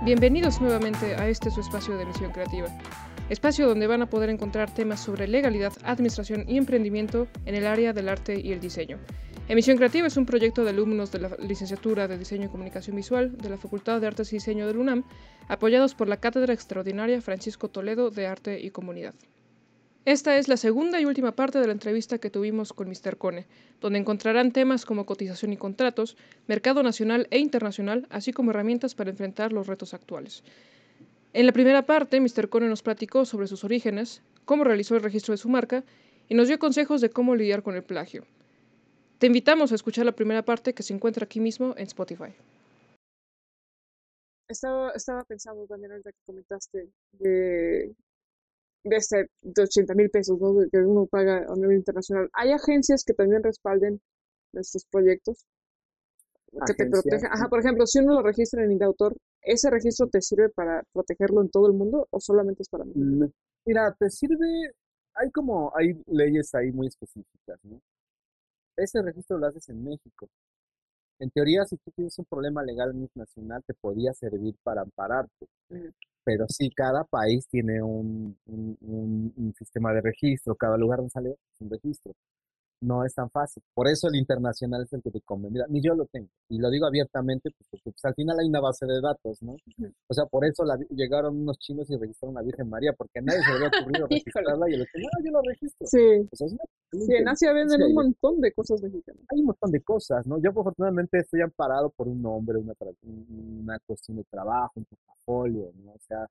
Bienvenidos nuevamente a este su espacio de Emisión Creativa, espacio donde van a poder encontrar temas sobre legalidad, administración y emprendimiento en el área del arte y el diseño. Emisión Creativa es un proyecto de alumnos de la Licenciatura de Diseño y Comunicación Visual de la Facultad de Artes y Diseño del UNAM, apoyados por la Cátedra Extraordinaria Francisco Toledo de Arte y Comunidad. Esta es la segunda y última parte de la entrevista que tuvimos con Mr. Cone, donde encontrarán temas como cotización y contratos, mercado nacional e internacional, así como herramientas para enfrentar los retos actuales. En la primera parte, Mr. Cone nos platicó sobre sus orígenes, cómo realizó el registro de su marca y nos dio consejos de cómo lidiar con el plagio. Te invitamos a escuchar la primera parte que se encuentra aquí mismo en Spotify. Estaba pensando también ahorita que comentaste de 80,000 pesos, ¿no? Que uno paga a nivel internacional. ¿Hay agencias que también respalden nuestros proyectos? Que te Agencias. protejan. Ajá, por ejemplo, si uno lo registra en Indautor, ¿ese registro te sirve para protegerlo en todo el mundo o solamente es para México? Mira, te sirve, hay leyes ahí muy específicas, ¿no? Ese registro lo haces en México. En teoría, si tú tienes un problema legal nacional, te podía servir para ampararte. Mm. Pero sí, cada país tiene un sistema de registro, cada lugar donde sale es un registro. No es tan fácil. Por eso el internacional es el que te conviene. Mira, ni yo lo tengo. Y lo digo abiertamente, pues, porque pues, al final hay una base de datos, ¿no? Ujú. O sea, por eso llegaron unos chinos y registraron a la Virgen María, porque a nadie se le había ocurrido Híjole. registrarla y el otro, no, yo lo registro. Sí, O sea, es una sí, en Asia venden inteligencia un y montón de cosas mexicanas. hay un montón de cosas, ¿no? Yo afortunadamente estoy amparado por un nombre, una cuestión de trabajo, un portafolio, ¿no? O sea,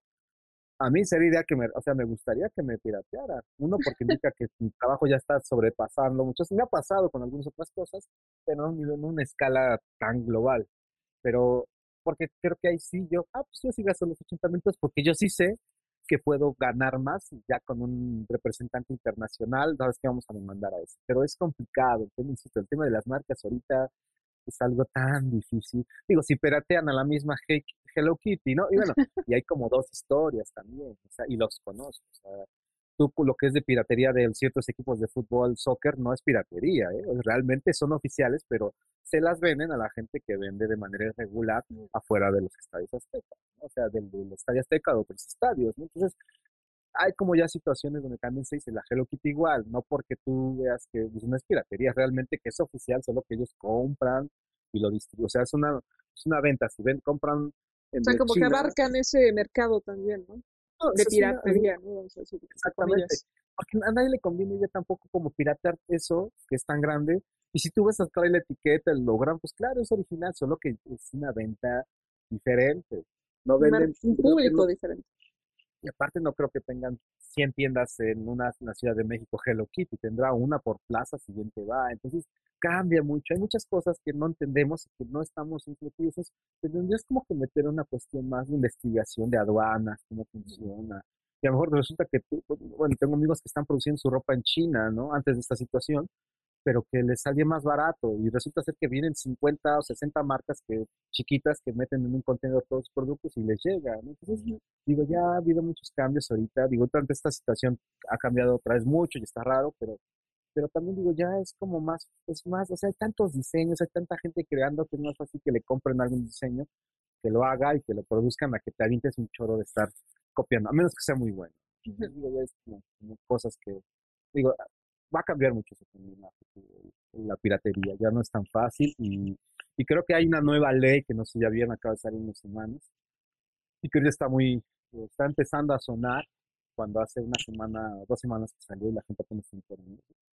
a mí sería idea me gustaría que me pirateara. Uno, porque indica que mi trabajo ya está sobrepasando mucho. Me ha pasado con algunas otras cosas, pero no en una escala tan global. Pero, porque creo que ahí sí pues yo sí gasto los 80 minutos, porque yo sí sé que puedo ganar más ya con un representante internacional. Sabes que vamos a demandar a eso. Pero es complicado. Insisto, el tema de las marcas ahorita es algo tan difícil. Digo, si piratean a la misma Hello Kitty, ¿no? Y bueno, y hay como dos historias también, o sea, y los conozco. O sea, tú lo que es de piratería de ciertos equipos de fútbol, soccer, no es piratería, ¿eh? Realmente son oficiales, pero se las venden a la gente que vende de manera irregular afuera de los estadios Azteca, ¿no? O sea, del Estadio Azteca o otros estadios, ¿no? Entonces, hay como ya situaciones donde también se dice la Hello Kitty igual, no porque tú veas que pues, no es piratería, realmente que es oficial, solo que ellos compran y lo distribuyen. O sea, es una venta. Si compran O en sea, de como que China, abarcan ese mercado también, ¿no? no, De eso piratería, ¿no? Vamos a decir, entre exactamente. comillas. Porque a nadie le conviene ya tampoco como piratear eso, que es tan grande. Y si tú ves atrás la etiqueta, el logran, pues claro, es original, solo que es una venta diferente. No venden, Un creo que público no, diferente. y aparte no creo que tengan 100 tiendas en la Ciudad de México Hello Kitty, tendrá una por plaza, siguiente va. Entonces cambia mucho. Hay muchas cosas que no entendemos y que no estamos incluidos. Tendrías como que meter una cuestión más de investigación de aduanas, cómo funciona. Y a lo mejor resulta que tú, bueno, tengo amigos que están produciendo su ropa en China, ¿no? Antes de esta situación, pero que les sale más barato y resulta ser que vienen 50 o 60 marcas chiquitas que meten en un contenedor todos los productos y les llega, ¿no? Entonces, digo, ya ha habido muchos cambios ahorita, digo, tanto esta situación ha cambiado otra vez mucho y está raro, pero también digo, ya es más, o sea, hay tantos diseños, hay tanta gente creando que es más fácil que le compren algún diseño, que lo haga y que lo produzcan a que te avientes un choro de estar copiando, a menos que sea muy bueno. Digo, ya es como cosas que, digo, va a cambiar mucho eso también la piratería, ya no es tan fácil y creo que hay una nueva ley que no sé, ya vieron, acaba de salir en unas semanas y que ahorita está empezando a sonar cuando hace una semana, 2 semanas que salió y la gente apenas se enteró,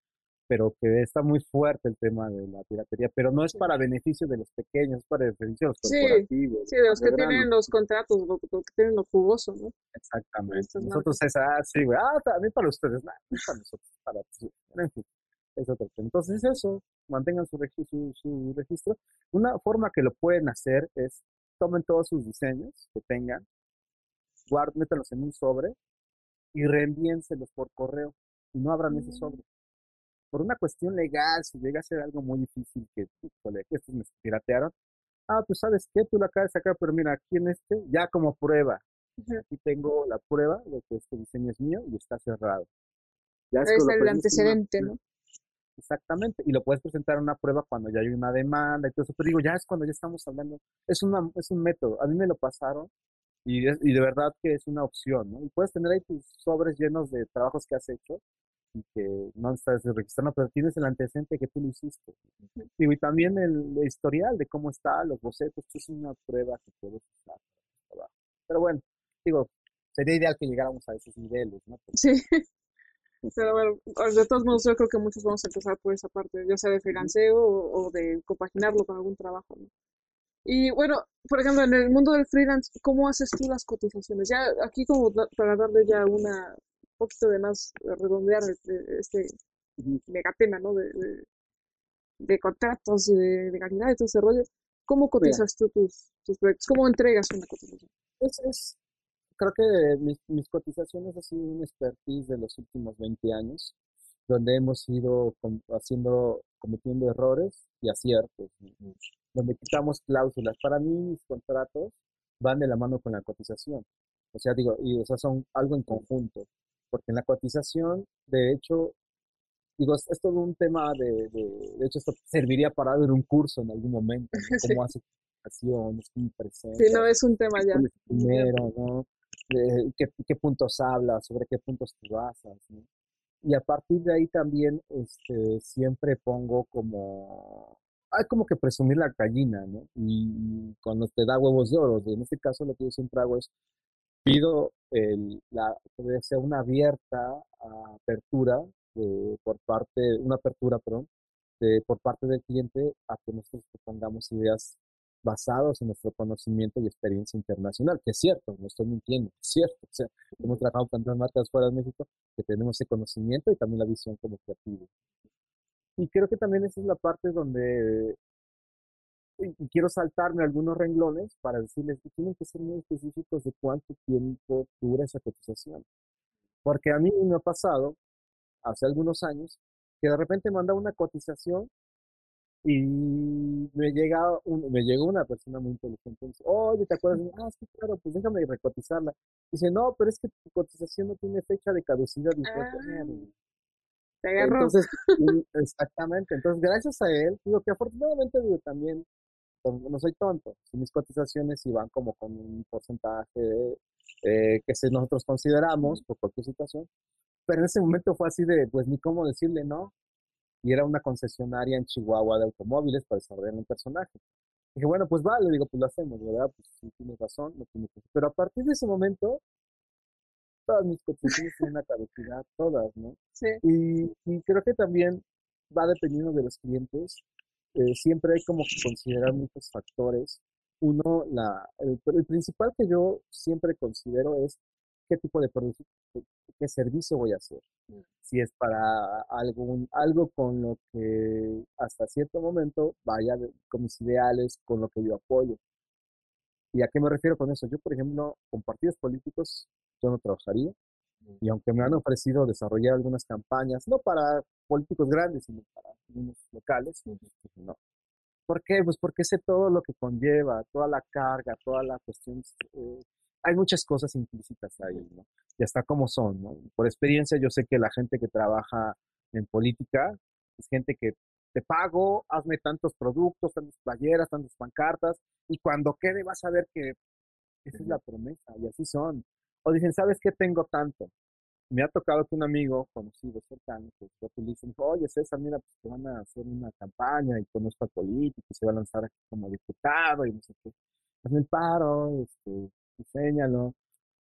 pero que está muy fuerte el tema de la piratería, pero no es Sí. para beneficio de los pequeños, es para beneficio de los Sí, corporativos, sí, de más los que grandes. tienen los contratos, lo que tienen lo jugoso, ¿no? De Exactamente. estas Nosotros marcas. sí, güey, también para ustedes, nada, no para nosotros, para en fin, es otro tema. Entonces eso, mantengan su registro. Una forma que lo pueden hacer es, tomen todos sus diseños que tengan, métanlos en un sobre y reenvíenselos por correo y no abran ese Mm. sobre. Por una cuestión legal, si llega a ser algo muy difícil híjole, que estos me piratearon, pues sabes qué, tú la acabas de sacar, pero mira, aquí en ya como prueba, Ujú. aquí tengo la prueba de que este diseño es mío y está cerrado. Ya es Ahí que está lo el presentas en antecedente, ¿no? exactamente, y lo puedes presentar en una prueba cuando ya hay una demanda y todo eso, pero digo, ya es cuando ya estamos hablando, es un método, a mí me lo pasaron y de verdad que es una opción, ¿no? Y puedes tener ahí tus sobres llenos de trabajos que has hecho y que no estás registrando, pero tienes el antecedente que tú lo hiciste. Digo, y también el historial de cómo está, los bocetos, que es una prueba que puedes usar para tu trabajo. Pero bueno, digo, sería ideal que llegáramos a esos niveles, ¿no? Sí, pero bueno, de todos modos yo creo que muchos vamos a empezar por esa parte, ya sea de freelanceo o de compaginarlo con algún trabajo, ¿no? Y bueno, por ejemplo, en el mundo del freelance, ¿cómo haces tú las cotizaciones? Ya aquí como para darle ya una un poquito de más, redondear este megatema, ¿no? De contratos y de legalidad y todo ese rollo. ¿Cómo Mira, cotizas tú tus proyectos? ¿Cómo entregas una cotización? es, creo que mis cotizaciones han sido un expertise de los últimos 20 años, donde hemos ido cometiendo errores y aciertos, ¿no? Donde quitamos cláusulas. Para mí, mis contratos van de la mano con la cotización. O sea, digo, o sea, son algo en conjunto. Porque en la cotización, de hecho, digo, es todo un tema de hecho, esto serviría para dar un curso en algún momento, ¿no? Sí, Cómo haces cotizaciones, cómo sí, no presentas, es un tema qué ya. pones primero, ¿no? Qué puntos hablas, sobre qué puntos te basas, ¿no? Y a partir de ahí también, siempre pongo como, hay como que presumir la gallina, ¿no? Y cuando te da huevos de oro, en este caso lo que yo siempre hago es pido que sea una abierta apertura por parte, una apertura, perdón, por parte del cliente a que nosotros pongamos ideas basadas en nuestro conocimiento y experiencia internacional, que es cierto, no estoy mintiendo, es cierto. O sea, hemos trabajado con tantas marcas fuera de México que tenemos ese conocimiento y también la visión como creativo. Y creo que también esa es la parte donde y quiero saltarme algunos renglones para decirles que tienen que ser muy específicos de cuánto tiempo dura esa cotización. Porque a mí me ha pasado hace algunos años que de repente manda una cotización y me llegó una persona muy inteligente y dice, oye, ¿te acuerdas? Sí, claro, pues déjame recotizarla. Dice, no, pero es que tu cotización no tiene fecha de caducidad. Y fue, Ah, "Bueno". te agarró. Entonces, exactamente. Entonces, gracias a él, digo que afortunadamente digo, también no soy tonto. Si mis cotizaciones iban como con un porcentaje nosotros consideramos por cualquier situación, pero en ese momento fue así de, pues ni cómo decirle no. Y era una concesionaria en Chihuahua de automóviles para desarrollar un personaje. Dije, bueno, pues vale, digo, pues lo hacemos, ¿verdad? Pues si tienes razón, no tienes razón. Pero a partir de ese momento, todas mis cotizaciones tienen una caducidad, todas, ¿no? Sí. Y creo que también va dependiendo de los clientes. Siempre hay como que considerar muchos factores. Uno, el principal que yo siempre considero es qué tipo de producto, qué servicio voy a hacer. Si es para algo con lo que hasta cierto momento vaya con mis ideales, con lo que yo apoyo. ¿Y a qué me refiero con eso? Yo, por ejemplo, con partidos políticos, yo no trabajaría. Y aunque me han ofrecido desarrollar algunas campañas, no para políticos grandes, sino para unos locales, pues, no. ¿Por qué? Pues porque sé todo lo que conlleva, toda la carga, toda la cuestión. Hay muchas cosas implícitas ahí, ¿no? Y hasta cómo son, ¿no? Por experiencia, yo sé que la gente que trabaja en política es gente que te pago, hazme tantos productos, tantas playeras, tantas pancartas, y cuando quede vas a ver que esa es la promesa, y así son. O dicen, ¿sabes qué? Tengo tanto. Me ha tocado que un amigo conocido, cercano, que fue feliz, me dijo, oye César, mira, pues te van a hacer una campaña y conozco al político, se va a lanzar aquí como diputado y no sé qué. Hazme el paro, diseñalo.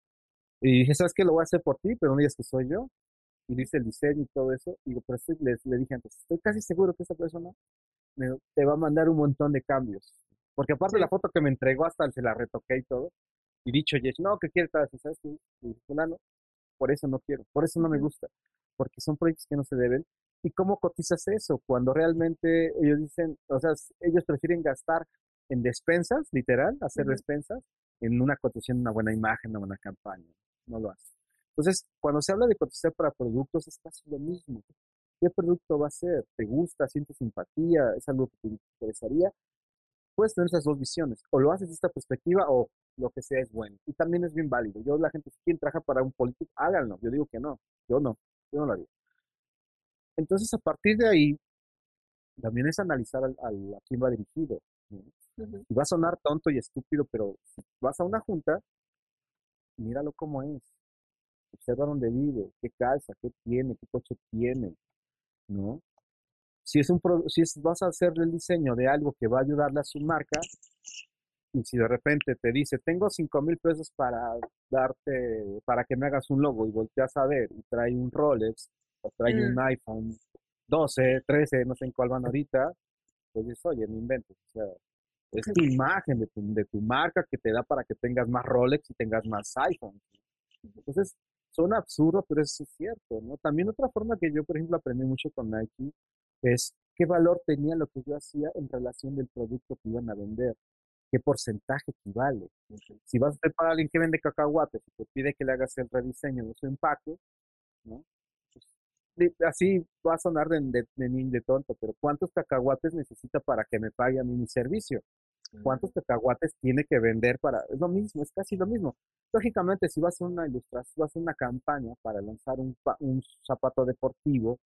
Y dije, ¿sabes qué? Lo voy a hacer por ti, pero no digas que soy yo. Y dice el diseño y todo eso. Y digo, pero le dije antes, estoy casi seguro que esta persona te va a mandar un montón de cambios. Porque aparte Sí. la foto que me entregó hasta se la retoqué y todo. Y dicho, Yesh, no, ¿qué quiere tal? ¿Sabes qué? Y fulano, por eso no quiero, por eso no me gusta, porque son proyectos que no se deben. ¿Y cómo cotizas eso? Cuando realmente ellos dicen, o sea, ellos prefieren gastar en despensas, literal, hacer despensas, en una cotización, una buena imagen, una buena campaña. No lo hacen. Entonces, cuando se habla de cotizar para productos, es casi lo mismo. ¿Qué producto va a ser? ¿Te gusta? ¿Sientes simpatía? ¿Es algo que te interesaría? Puedes tener esas dos visiones. O lo haces de esta perspectiva o lo que sea es bueno. Y también es bien válido. Yo, la gente, si quieren trabajar para un político, háganlo. Yo digo que no. Yo no. Yo no lo haría. Entonces, a partir de ahí, también es analizar a quién va dirigido, ¿no? Y va a sonar tonto y estúpido, pero si vas a una junta, míralo cómo es, observa dónde vive, qué calza, qué tiene, qué coche tiene, ¿no? Vas a hacer el diseño de algo que va a ayudarle a su marca, y si de repente te dice, tengo 5,000 pesos para darte, para que me hagas un logo, y volteas a ver, y trae un Rolex, o trae un Mm, iPhone 12, 13, no sé en cuál van ahorita, pues dices, oye, no inventes, o sea, es tu imagen de tu marca que te da para que tengas más Rolex y tengas más iPhone. Entonces, son absurdos, pero eso es cierto, ¿no? También otra forma que yo, por ejemplo, aprendí mucho con Nike es qué valor tenía lo que yo hacía en relación del producto que iban a vender, qué porcentaje equivale. Si vas a hacer para alguien que vende cacahuates y te pide que le hagas el rediseño de su empaque, ¿no? Pues, así va a sonar de tonto, pero ¿cuántos cacahuates necesita para que me pague a mí mi servicio? ¿Cuántos cacahuates tiene que vender para...? Es lo mismo, es casi lo mismo. Lógicamente, si vas a hacer una ilustración, si vas a hacer una campaña para lanzar un zapato deportivo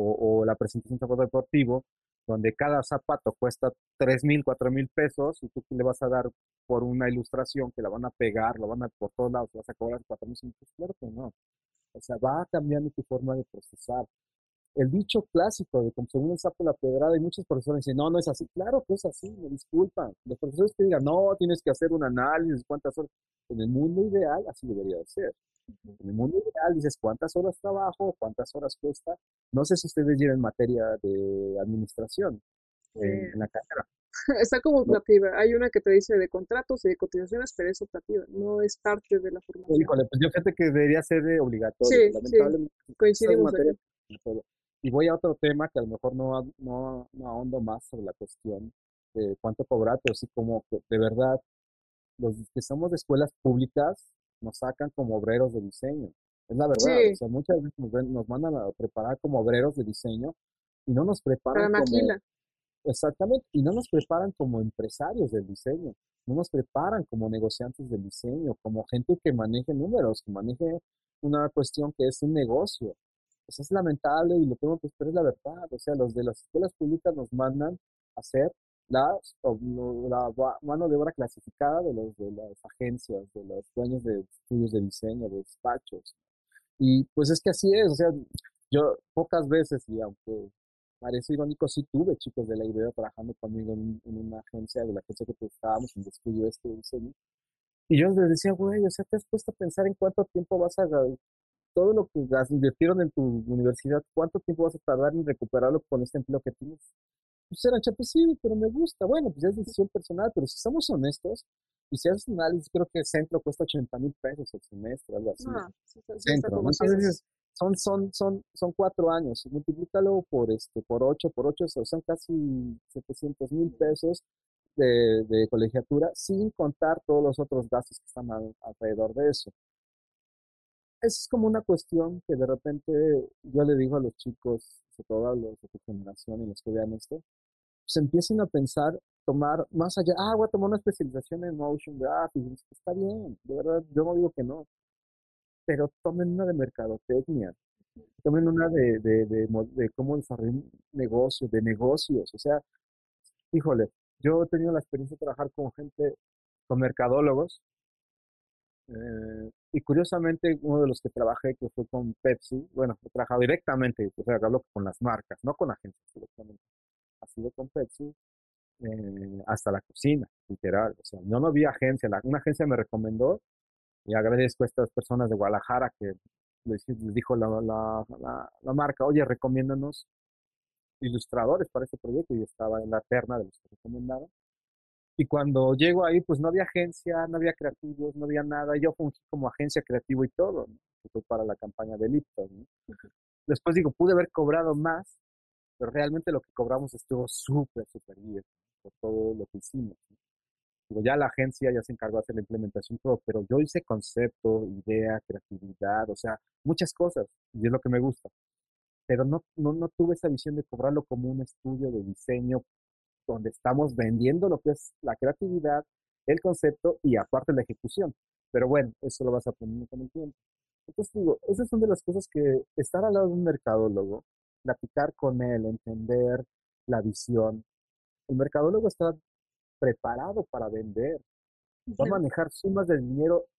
o la presentación de un zapato deportivo, donde cada zapato cuesta 3,000, 4,000 pesos, y tú le vas a dar por una ilustración que la van a pegar, lo van a por todos lados, vas a cobrar 4,000, 5,000, claro que no. O sea, va cambiando tu forma de procesar. El dicho clásico de como según el sapo la pedrada, y muchos profesores dicen, no, no es así. Claro que es así, me disculpan. Los profesores que digan, no, tienes que hacer un análisis, cuántas horas. En el mundo ideal, así debería de ser. En el mundo ideal dices cuántas horas trabajo, cuántas horas cuesta. No sé si ustedes llevan materia de administración eh, en la carrera. está como No, optativa. Hay una que te dice de contratos y de cotizaciones, pero es optativa, no es parte de la formación. híjole, pues yo fíjate que debería ser obligatorio. Sí, sí, Lamentablemente, esas coincidimos materias aquí. obligatorio. Y voy a otro tema que a lo mejor no ahondo más sobre la cuestión de cuánto cobrar, pero sí como que de verdad los que somos de escuelas públicas nos sacan como obreros de diseño. Es la verdad, o Sí, sea, muchas veces nos mandan a preparar como obreros de diseño y no nos preparan para como, maquila. exactamente, y no nos preparan como empresarios del diseño, no nos preparan como negociantes del diseño, como gente que maneje números, que maneje una cuestión que es un negocio. Pues es lamentable y lo tengo que esperar, es la verdad. O sea, los de las escuelas públicas nos mandan a hacer la mano de obra clasificada de las agencias, de los dueños de estudios de diseño, de despachos. Y pues es que así es, o sea, yo pocas veces, y aunque parece irónico, sí tuve chicos de la idea trabajando conmigo en una agencia, de la agencia que estábamos en el estudio este de diseño. Y yo les decía, güey, o sea, te has puesto a pensar en cuánto tiempo vas a, todo lo que invirtieron en tu universidad, cuánto tiempo vas a tardar en recuperarlo con este empleo que tienes. Pues era pues sí, pero me gusta. Bueno, pues ya es decisión personal, pero si somos honestos, y si haces un análisis, creo que Centro cuesta 80,000 pesos el semestre, algo así. No, sí está Centro, ¿no? como Entonces haciendo. dices, son 4 años, multiplícalo por 8, son casi 700,000 pesos de colegiatura, sin contar todos los otros gastos que están alrededor de eso. Es como una cuestión que de repente yo le digo a los chicos, sobre todo a los de tu generación y los que vean esto, pues empiecen a pensar, tomar más allá, voy a tomar una especialización en motion graphics, está bien, de verdad, yo no digo que no, pero tomen una de mercadotecnia, tomen una de cómo desarrollar un negocio, de negocios, o sea, híjole, yo he tenido la experiencia de trabajar con gente, con mercadólogos, y curiosamente, uno de los que trabajé, que fue con Pepsi, bueno, he trabajado directamente, o sea, hablo con las marcas, no con agencias directamente, ha sido con Pepsi, hasta la cocina, literal. O sea, yo no vi agencia, una agencia me recomendó, y agradezco a estas personas de Guadalajara que les dijo la marca, oye, recomiéndanos ilustradores para este proyecto, y estaba en la terna de los que recomendaron. Y cuando llego ahí, pues no había agencia, no había creativos, no había nada. Yo fungí como agencia creativo y todo, ¿no? Que fue para la campaña de Lipton, ¿no? Después digo, pude haber cobrado más, pero realmente lo que cobramos estuvo súper, súper bien por todo lo que hicimos, ¿no? Digo, ya la agencia ya se encargó de hacer la implementación y todo, pero yo hice concepto, idea, creatividad, o sea, muchas cosas, y es lo que me gusta. Pero no tuve esa visión de cobrarlo como un estudio de diseño donde estamos vendiendo lo que es la creatividad, el concepto y aparte la ejecución. Pero bueno, eso lo vas aprendiendo con el tiempo. Entonces digo, esas son de las cosas que estar al lado de un mercadólogo, platicar con él, entender la visión. El mercadólogo está preparado para vender, va a manejar sumas de dinero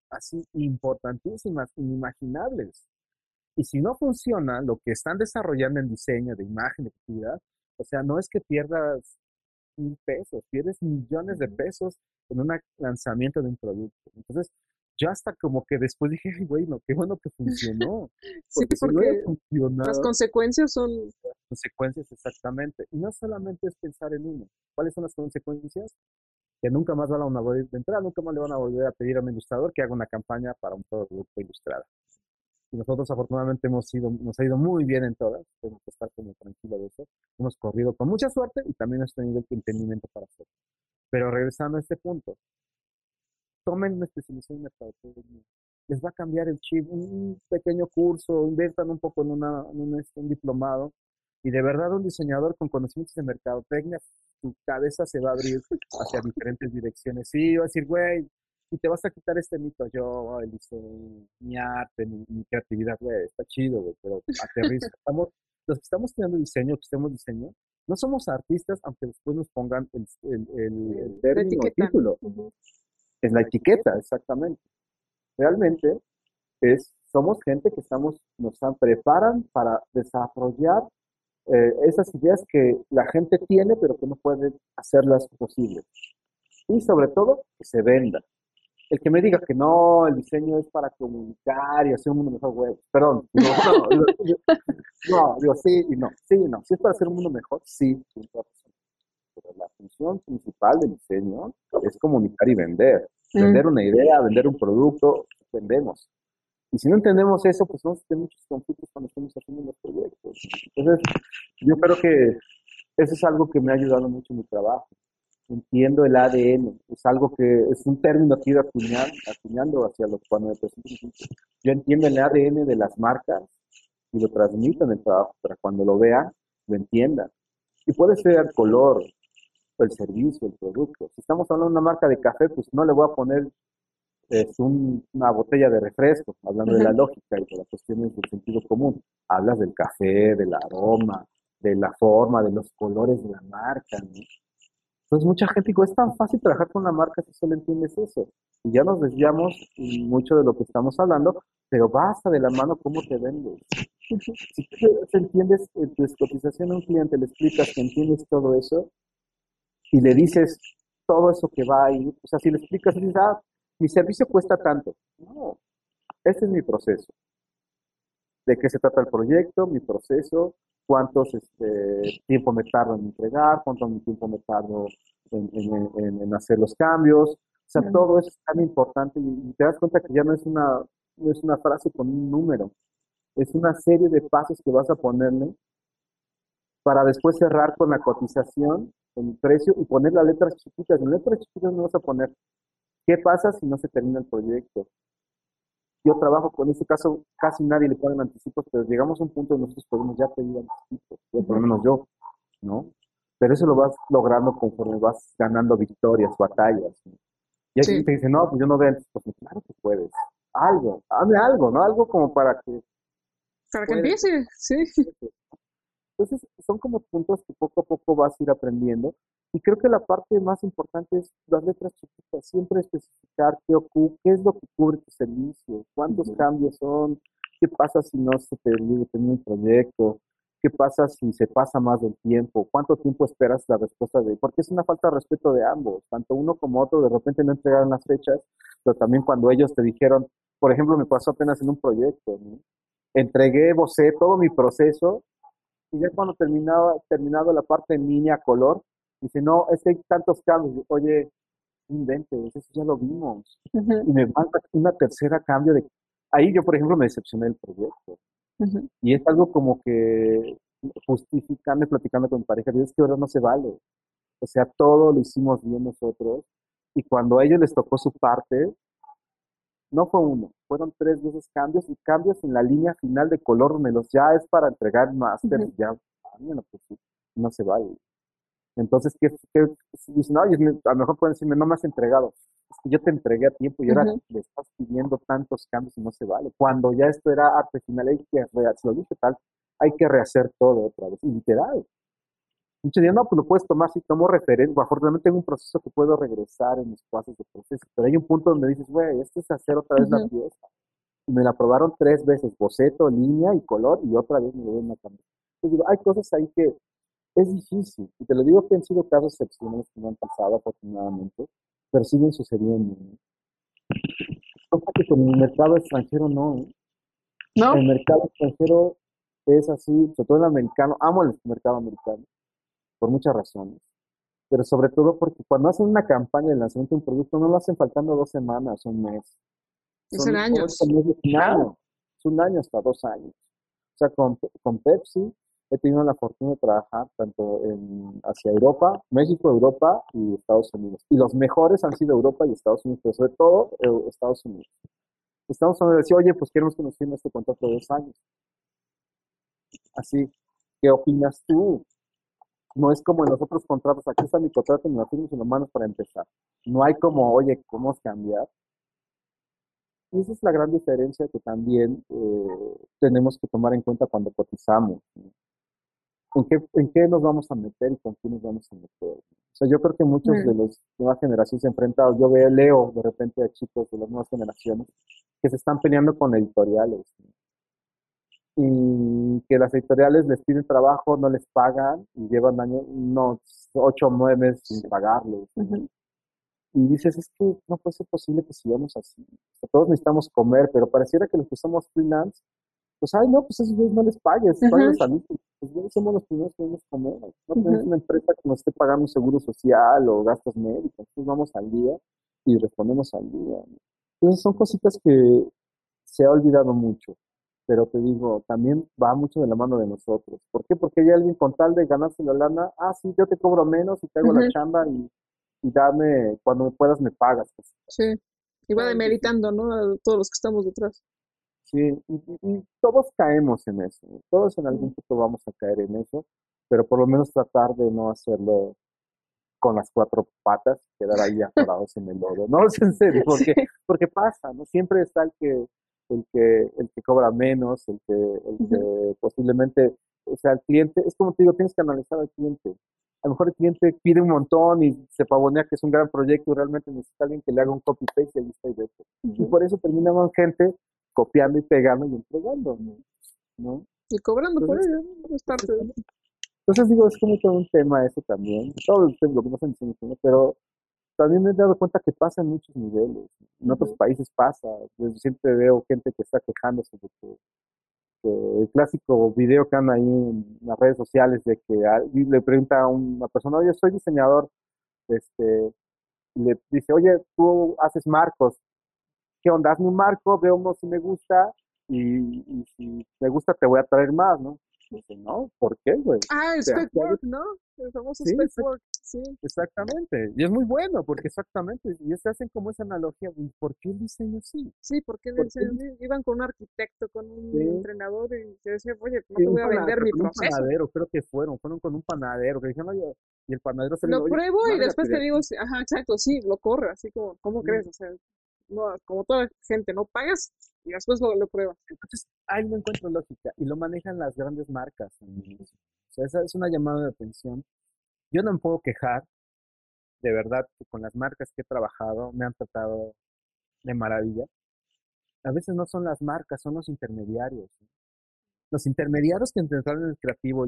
así importantísimas, inimaginables. Y si no funciona lo que están desarrollando en diseño, de imagen, de actividad, o sea, no es que pierdas 1,000 pesos, pierdes millones de pesos en un lanzamiento de un producto. Entonces, yo hasta como que después dije, "Ay, bueno, qué bueno que funcionó, Sí, porque si no hubiera porque las funcionado, consecuencias son... consecuencias exactamente. Y no solamente es pensar en uno. ¿Cuáles son las consecuencias? Que nunca más van a volver de entrada, nunca más le van a volver a pedir a un ilustrador que haga una campaña para un producto ilustrado. Y nosotros afortunadamente nos ha ido muy bien en todas, tenemos que estar como tranquilos de eso. Hemos corrido con mucha suerte y también hemos tenido el entendimiento para hacerlo. Pero regresando a este punto, tomen una especialización en mercadotecnia. Les va a cambiar el chip, un pequeño curso, inviertan un poco en un diplomado. Y de verdad, un diseñador con conocimientos de mercadotecnia, tu cabeza se va a abrir hacia diferentes direcciones. Sí, va a decir, güey, y te vas a quitar este mito. Yo, el diseño, mi arte, mi creatividad, güey, está chido, güey, pero aterriza. Los que estamos estudiando diseño, que estemos diseño, no somos artistas, aunque después nos pongan el La término o el etiqueta. título. Es la etiqueta, exactamente. Realmente somos gente que preparan para desarrollar esas ideas que la gente tiene, pero que no puede hacerlas posibles. Y sobre todo, que se venda. El que me diga que no, el diseño es para comunicar y hacer un mundo mejor, güey. Perdón, digo sí y no, sí y no. Si es para hacer un mundo mejor, sí, pero la función principal del diseño es comunicar y vender. Vender una idea, vender un producto, vendemos. Y si no entendemos eso, pues vamos a tener muchos conflictos cuando estamos haciendo los proyectos. Entonces, yo creo que eso es algo que me ha ayudado mucho en mi trabajo. Entiendo el ADN, es algo que es un término que he ido acuñando hacia los cuando me presento. Yo entiendo el ADN de las marcas y lo transmito en el trabajo para cuando lo vean, lo entiendan. Y puede ser el color, el servicio, el producto. Si estamos hablando de una marca de café, pues no le voy a poner una botella de refresco, hablando de la lógica y de las cuestiones del sentido común. Hablas del café, del aroma, de la forma, de los colores de la marca, ¿no? Entonces mucha gente digo, es tan fácil trabajar con la marca si solo entiendes eso. Y ya nos desviamos mucho de lo que estamos hablando, pero basta de la mano cómo te vendes. Si tú entiendes tu cotización a un cliente, le explicas que entiendes todo eso y le dices todo eso que va ahí, o sea, si le explicas, dices, mi servicio cuesta tanto. No, este es mi proceso. ¿De qué se trata el proyecto? Mi proceso, cuántos tiempo me tardo en entregar, cuánto tiempo me tardo en hacer los cambios. O sea, todo eso es tan importante y te das cuenta que ya no es una frase con un número, es una serie de pasos que vas a ponerle para después cerrar con la cotización, el precio y poner las letras chiquitas. En letras chiquitas no vas a poner qué pasa si no se termina el proyecto. Yo trabajo con este caso, casi nadie le pagan anticipos, pero llegamos a un punto donde nosotros podemos ya pedir anticipos, por lo menos yo, ¿no? Pero eso lo vas logrando conforme vas ganando victorias, batallas, ¿no? Y hay Sí. gente que dice, no, pues yo no veo anticipos. Claro que puedes. Algo, hazme algo, ¿no? Algo como para que Para que puedas. empiece, sí. Entonces, son como puntos que poco a poco vas a ir aprendiendo. Y creo que la parte más importante es las letras chiquitas, siempre especificar qué es lo que cubre tu servicio, cuántos cambios son, qué pasa si no se termina un proyecto, qué pasa si se pasa más del tiempo, cuánto tiempo esperas la respuesta porque es una falta de respeto de ambos, tanto uno como otro, de repente no entregaron las fechas, pero también cuando ellos te dijeron, por ejemplo, me pasó apenas en un proyecto, ¿no? Entregué, vocé todo mi proceso y ya cuando terminado la parte en línea color, dice, no, es que hay tantos cambios. Oye, no inventes, eso ya lo vimos. Y me falta una tercera cambio de... Ahí yo, por ejemplo, me decepcioné del proyecto. Y es algo como que justificando y platicando con mi pareja, es que ahora no se vale. O sea, todo lo hicimos bien nosotros. Y cuando a ellos les tocó su parte, no fue uno, fueron 3 veces cambios y cambios en la línea final de color donde los ya es para entregar máster y ya, bueno, pues sí, no se vale. Entonces, si dicen, oye, a lo mejor pueden decirme, no me has entregado. Es que yo te entregué a tiempo y ahora le estás pidiendo tantos cambios y no se vale. Cuando ya esto era arte final, si lo dije tal, hay que rehacer todo otra vez, y literal. Muchos días, no, pues lo puedes tomar si tomo referencia. Afortunadamente tengo un proceso que puedo regresar en mis clases de proceso, pero hay un punto donde dices, güey, esto es hacer otra vez la Ujú. pieza. Y me la aprobaron 3 veces, boceto, línea y color, y otra vez me lo ven a cambiar. Entonces digo, hay cosas ahí que es difícil. Y te lo digo que han sido casos excepcionales que no han pasado, afortunadamente, pero siguen sucediendo, ¿no? Cosa que con el mercado extranjero no, ¿eh? ¿No? El mercado extranjero es así, sobre todo el americano. Amo el mercado americano por muchas razones, pero sobre todo porque cuando hacen una campaña de lanzamiento de un producto no lo hacen faltando 2 semanas, un mes. Hacen Son 8 meses, años. un año. Es un año hasta 2 años. O sea, con Pepsi he tenido la fortuna de trabajar tanto hacia Europa, México, Europa y Estados Unidos. Y los mejores han sido Europa y Estados Unidos, pero sobre todo Estados Unidos. Estados Unidos decía, oye, pues queremos que nos firme este contrato de 2 años. Así, ¿qué opinas tú? No es como en los otros contratos, aquí está mi contrato, me lo firmas y lo mandas para empezar. No hay como, oye, ¿cómo cambiar? Y esa es la gran diferencia que también tenemos que tomar en cuenta cuando cotizamos, ¿no? ¿En qué nos vamos a meter y con quién nos vamos a meter? O sea, yo creo que muchos de Mm. los nuevas generaciones enfrentados, yo leo de repente a chicos de las nuevas generaciones que se están peleando con editoriales, ¿no? Y que las editoriales les piden trabajo, no les pagan y llevan años, unos 8 o 9 meses sin pagarles, ¿no? Ujú. Y dices, es que no puede ser posible que sigamos así. O sea, todos necesitamos comer, pero pareciera que los que somos freelance, pues, ay, no, pues esos güeyes no les pagues, Ujú. págales a mí. Pues güey, somos los primeros que debemos comer. No tenemos Ujú. una empresa que nos esté pagando un seguro social o gastos médicos. Entonces vamos al día y respondemos al día, ¿no? Entonces son cositas que se ha olvidado mucho. Pero te digo, también va mucho de la mano de nosotros. ¿Por qué? Porque hay alguien con tal de ganarse la lana, ah, sí, yo te cobro menos y te hago la Ujú. chamba y dame, cuando me puedas me pagas. Pues, Sí. Y va no, es difícil. demeritando, ¿no? A todos los que estamos detrás. Sí, y todos caemos en eso, ¿no? Todos en algún Mm. punto vamos a caer en eso, pero por lo menos tratar de no hacerlo con las 4 patas, quedar ahí atorados en el lodo. No, es en serio, porque, Sí. porque pasa, ¿no? Siempre está el que cobra menos, el Ujú. que posiblemente, o sea, el cliente, es como te digo, tienes que analizar al cliente. A lo mejor el cliente pide un montón y se pavonea que es un gran proyecto y realmente necesita alguien que le haga un copy-paste y ahí está y de esto. Y Ujú. por eso terminamos gente copiando y pegando y entregando, ¿no? Y cobrando por Entonces, ello, ¿no? Es parte de... exactamente. Entonces digo, es como todo un tema eso también, todo lo que pasa en diseño, pero también me he dado cuenta que pasa en muchos niveles. En otros Ujú. países pasa. Yo siempre veo gente que está quejándose de que el clásico video que anda ahí en las redes sociales de que y le pregunta a una persona, oye, soy diseñador, este, y le dice, oye, tú haces marcos, ¿qué onda? Hazme un marco, veo si me gusta y si me gusta te voy a traer más, ¿no? Dice, no, ¿por qué, güey? Ah, el Te spec hago- work, ¿no? El famoso Sí, spec work, sí. exactamente. Y es muy bueno porque exactamente, y se hacen como esa analogía, ¿y por qué el diseño sí? Sí, porque ¿Por qué el iban con un arquitecto, con un diseño? entrenador y te decía, oye, no Sí, te voy a vender mi con un proceso. panadero, creo que fueron con un panadero, que dijeron, oye, y el panadero se le Lo dijo, oye, pruebo y lárgate después de te digo, aquí. ajá, exacto, sí, lo corre, así como, ¿cómo crees? Sí. O sea, no, como toda gente, no pagas y después lo pruebas. Entonces, ahí no encuentro lógica, y lo manejan las grandes marcas también. O sea, esa es una llamada de atención. Yo no me puedo quejar, de verdad, que con las marcas que he trabajado me han tratado de maravilla. A veces no son las marcas, son los intermediarios, ¿no? Los intermediarios que entre el creativo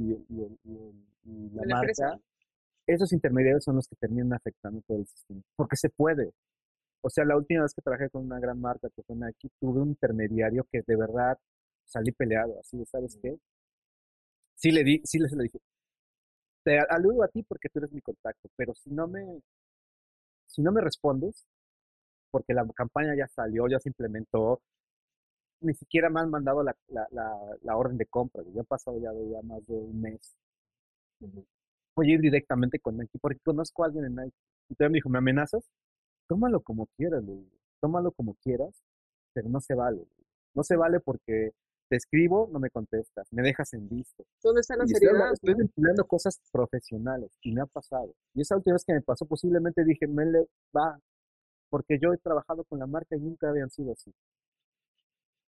y la En la empresa, marca, esos intermediarios son los que terminan afectando todo el sistema, porque se puede. O sea, la última vez que trabajé con una gran marca que fue Nike, tuve un intermediario que de verdad salí peleado, así de, ¿sabes qué? Sí le dije, te aludo a ti porque tú eres mi contacto, pero si no me respondes, porque la campaña ya salió, ya se implementó, ni siquiera me han mandado la orden de compra, ya ha pasado ya más de un mes. Voy a ir directamente con Nike, porque conozco a alguien en Nike. Y todavía me dijo, ¿me amenazas? Tómalo como quieras, le digo. Tómalo como quieras, pero no se vale. No se vale porque te escribo, no me contestas, me dejas en visto. ¿dónde está la Y estoy, seriedad, estoy no? ventilando cosas profesionales y me ha pasado. Y esa última vez que me pasó, posiblemente dije, Mele, va, porque yo he trabajado con la marca y nunca habían sido así.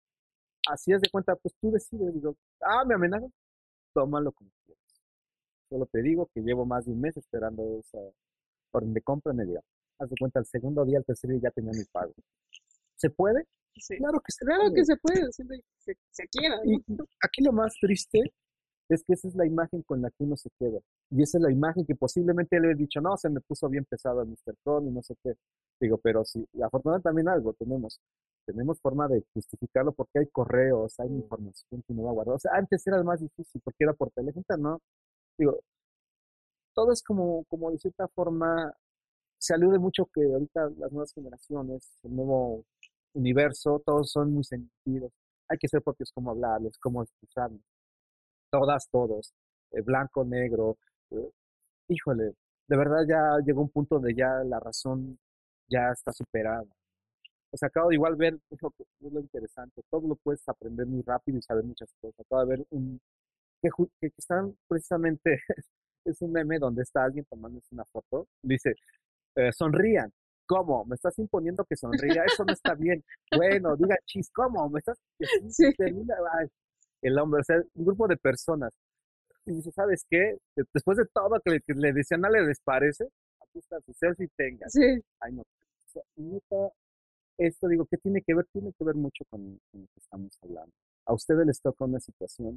Así es de cuenta, pues tú decides, digo, me amenazas, tómalo como quieras. Solo te digo que llevo más de un mes esperando esa orden de compra, me llega. Haz de cuenta, el segundo día, el tercer día ya tenía mi pago. ¿Se puede? Sí. Claro que se Claro que puede. se puede, siempre que se quiera, Y ¿no? aquí lo más triste es que esa es la imagen con la que uno se queda. Y esa es la imagen que posiblemente le he dicho, no, se me puso bien pesado el Mr. Chrome y no sé qué. Digo, pero sí, afortunadamente también algo tenemos forma de justificarlo porque hay correos, hay información que uno va a guardar. O sea, antes era más difícil porque era por teléfono, no. Digo, todo es como de cierta forma, se alude mucho que ahorita las nuevas generaciones, el nuevo universo, todos son muy sentidos. Hay que ser propios cómo hablarles, cómo expresarnos. Todas, todos, blanco, negro. eh, Híjole, de verdad ya llegó un punto donde ya la razón ya está superada. O sea, acabo de igual ver, es lo interesante, todo lo puedes aprender muy rápido y saber muchas cosas. Acabo de ver que están precisamente, es un meme donde está alguien tomándose una foto, dice, sonrían. ¿Cómo? ¿Me estás imponiendo que sonría? Eso no está bien. Bueno, diga chis, ¿cómo? ¿Me estás? Y así Sí, termina, ay, el hombre, o sea, un grupo de personas. Y dice, ¿sabes qué? Después de todo que le decían, ¿no les parece? Aquí está su selfie, tengan. sí. Ay, no. O sea, neta, esto digo, ¿qué tiene que ver? Tiene que ver mucho con lo que estamos hablando. A ustedes les toca una situación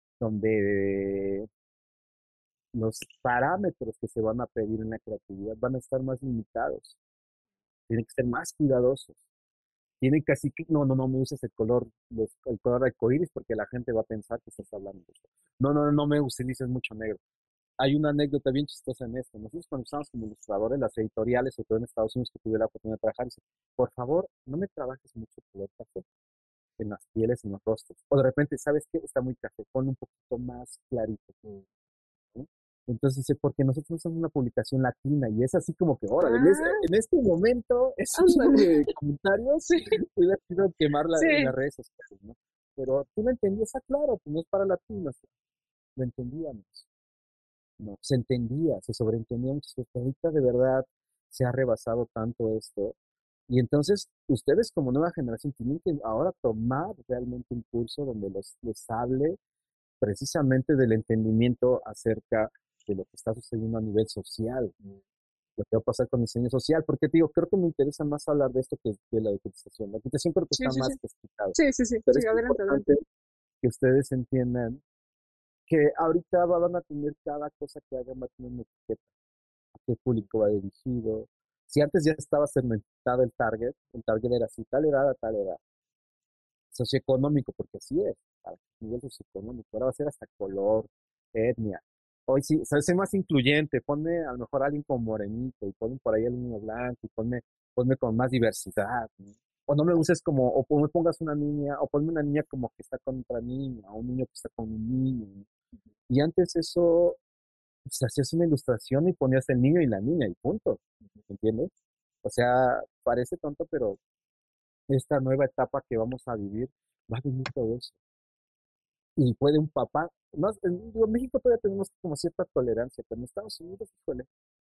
donde los parámetros que se van a pedir en la creatividad van a estar más limitados. Tienen que ser más cuidadosos. Tienen casi que, no me uses el color arcoíris porque la gente va a pensar que estás hablando de esto. No me utilices mucho negro. Hay una anécdota bien chistosa en esto. Nosotros cuando estábamos como ilustradores, las editoriales, sobre todo en Estados Unidos, que tuve la oportunidad de trabajar, dicen, por favor, no me trabajes mucho color café en las pieles, en los rostros. O de repente, ¿sabes qué? Está muy café, ponle un poquito más clarito. ¿No? Entonces dice, porque nosotros somos una publicación latina y es así como que, órale, Ah, en este momento, ese tipo ándale. de comentarios Sí, hubiera sido quemar en sí. las redes sociales, ¿no? Pero tú lo entendías, claro, pues no es para latinos, lo entendíamos. No, se entendía, se sobreentendía muchas cosas, pero ahorita de verdad se ha rebasado tanto esto. Y entonces ustedes como nueva generación tienen que ahora tomar realmente un curso donde les hable precisamente del entendimiento acerca de lo que está sucediendo a nivel social, lo que va a pasar con el diseño social, porque te digo, creo que me interesa más hablar de esto que de la utilización. La utilización creo que Sí, está sí, sí. más que explicado, Sí, sí, sí. pero Sí, es adelante, adelante. importante que ustedes entiendan que ahorita van a tener cada cosa que hagan, va a tener una etiqueta, a qué público va dirigido. Si antes ya estaba segmentado el target era así, tal era socioeconómico, porque así es, para nivel socioeconómico, ahora va a ser hasta color, etnia. Hoy sí, o sea, sé más incluyente, ponme a lo mejor a alguien con morenito y ponme por ahí al niño blanco y ponme con más diversidad, ¿no? O no me uses o me pongas una niña, o ponme una niña como que está con otra niña, o un niño que está con un niño, ¿no? Y antes eso, pues hacías una ilustración y ponías el niño y la niña y punto, ¿entiendes? O sea, parece tonto, pero esta nueva etapa que vamos a vivir va a venir todo eso. Y puede un papá, no, digo, en México todavía tenemos como cierta tolerancia, pero en Estados Unidos, híjole,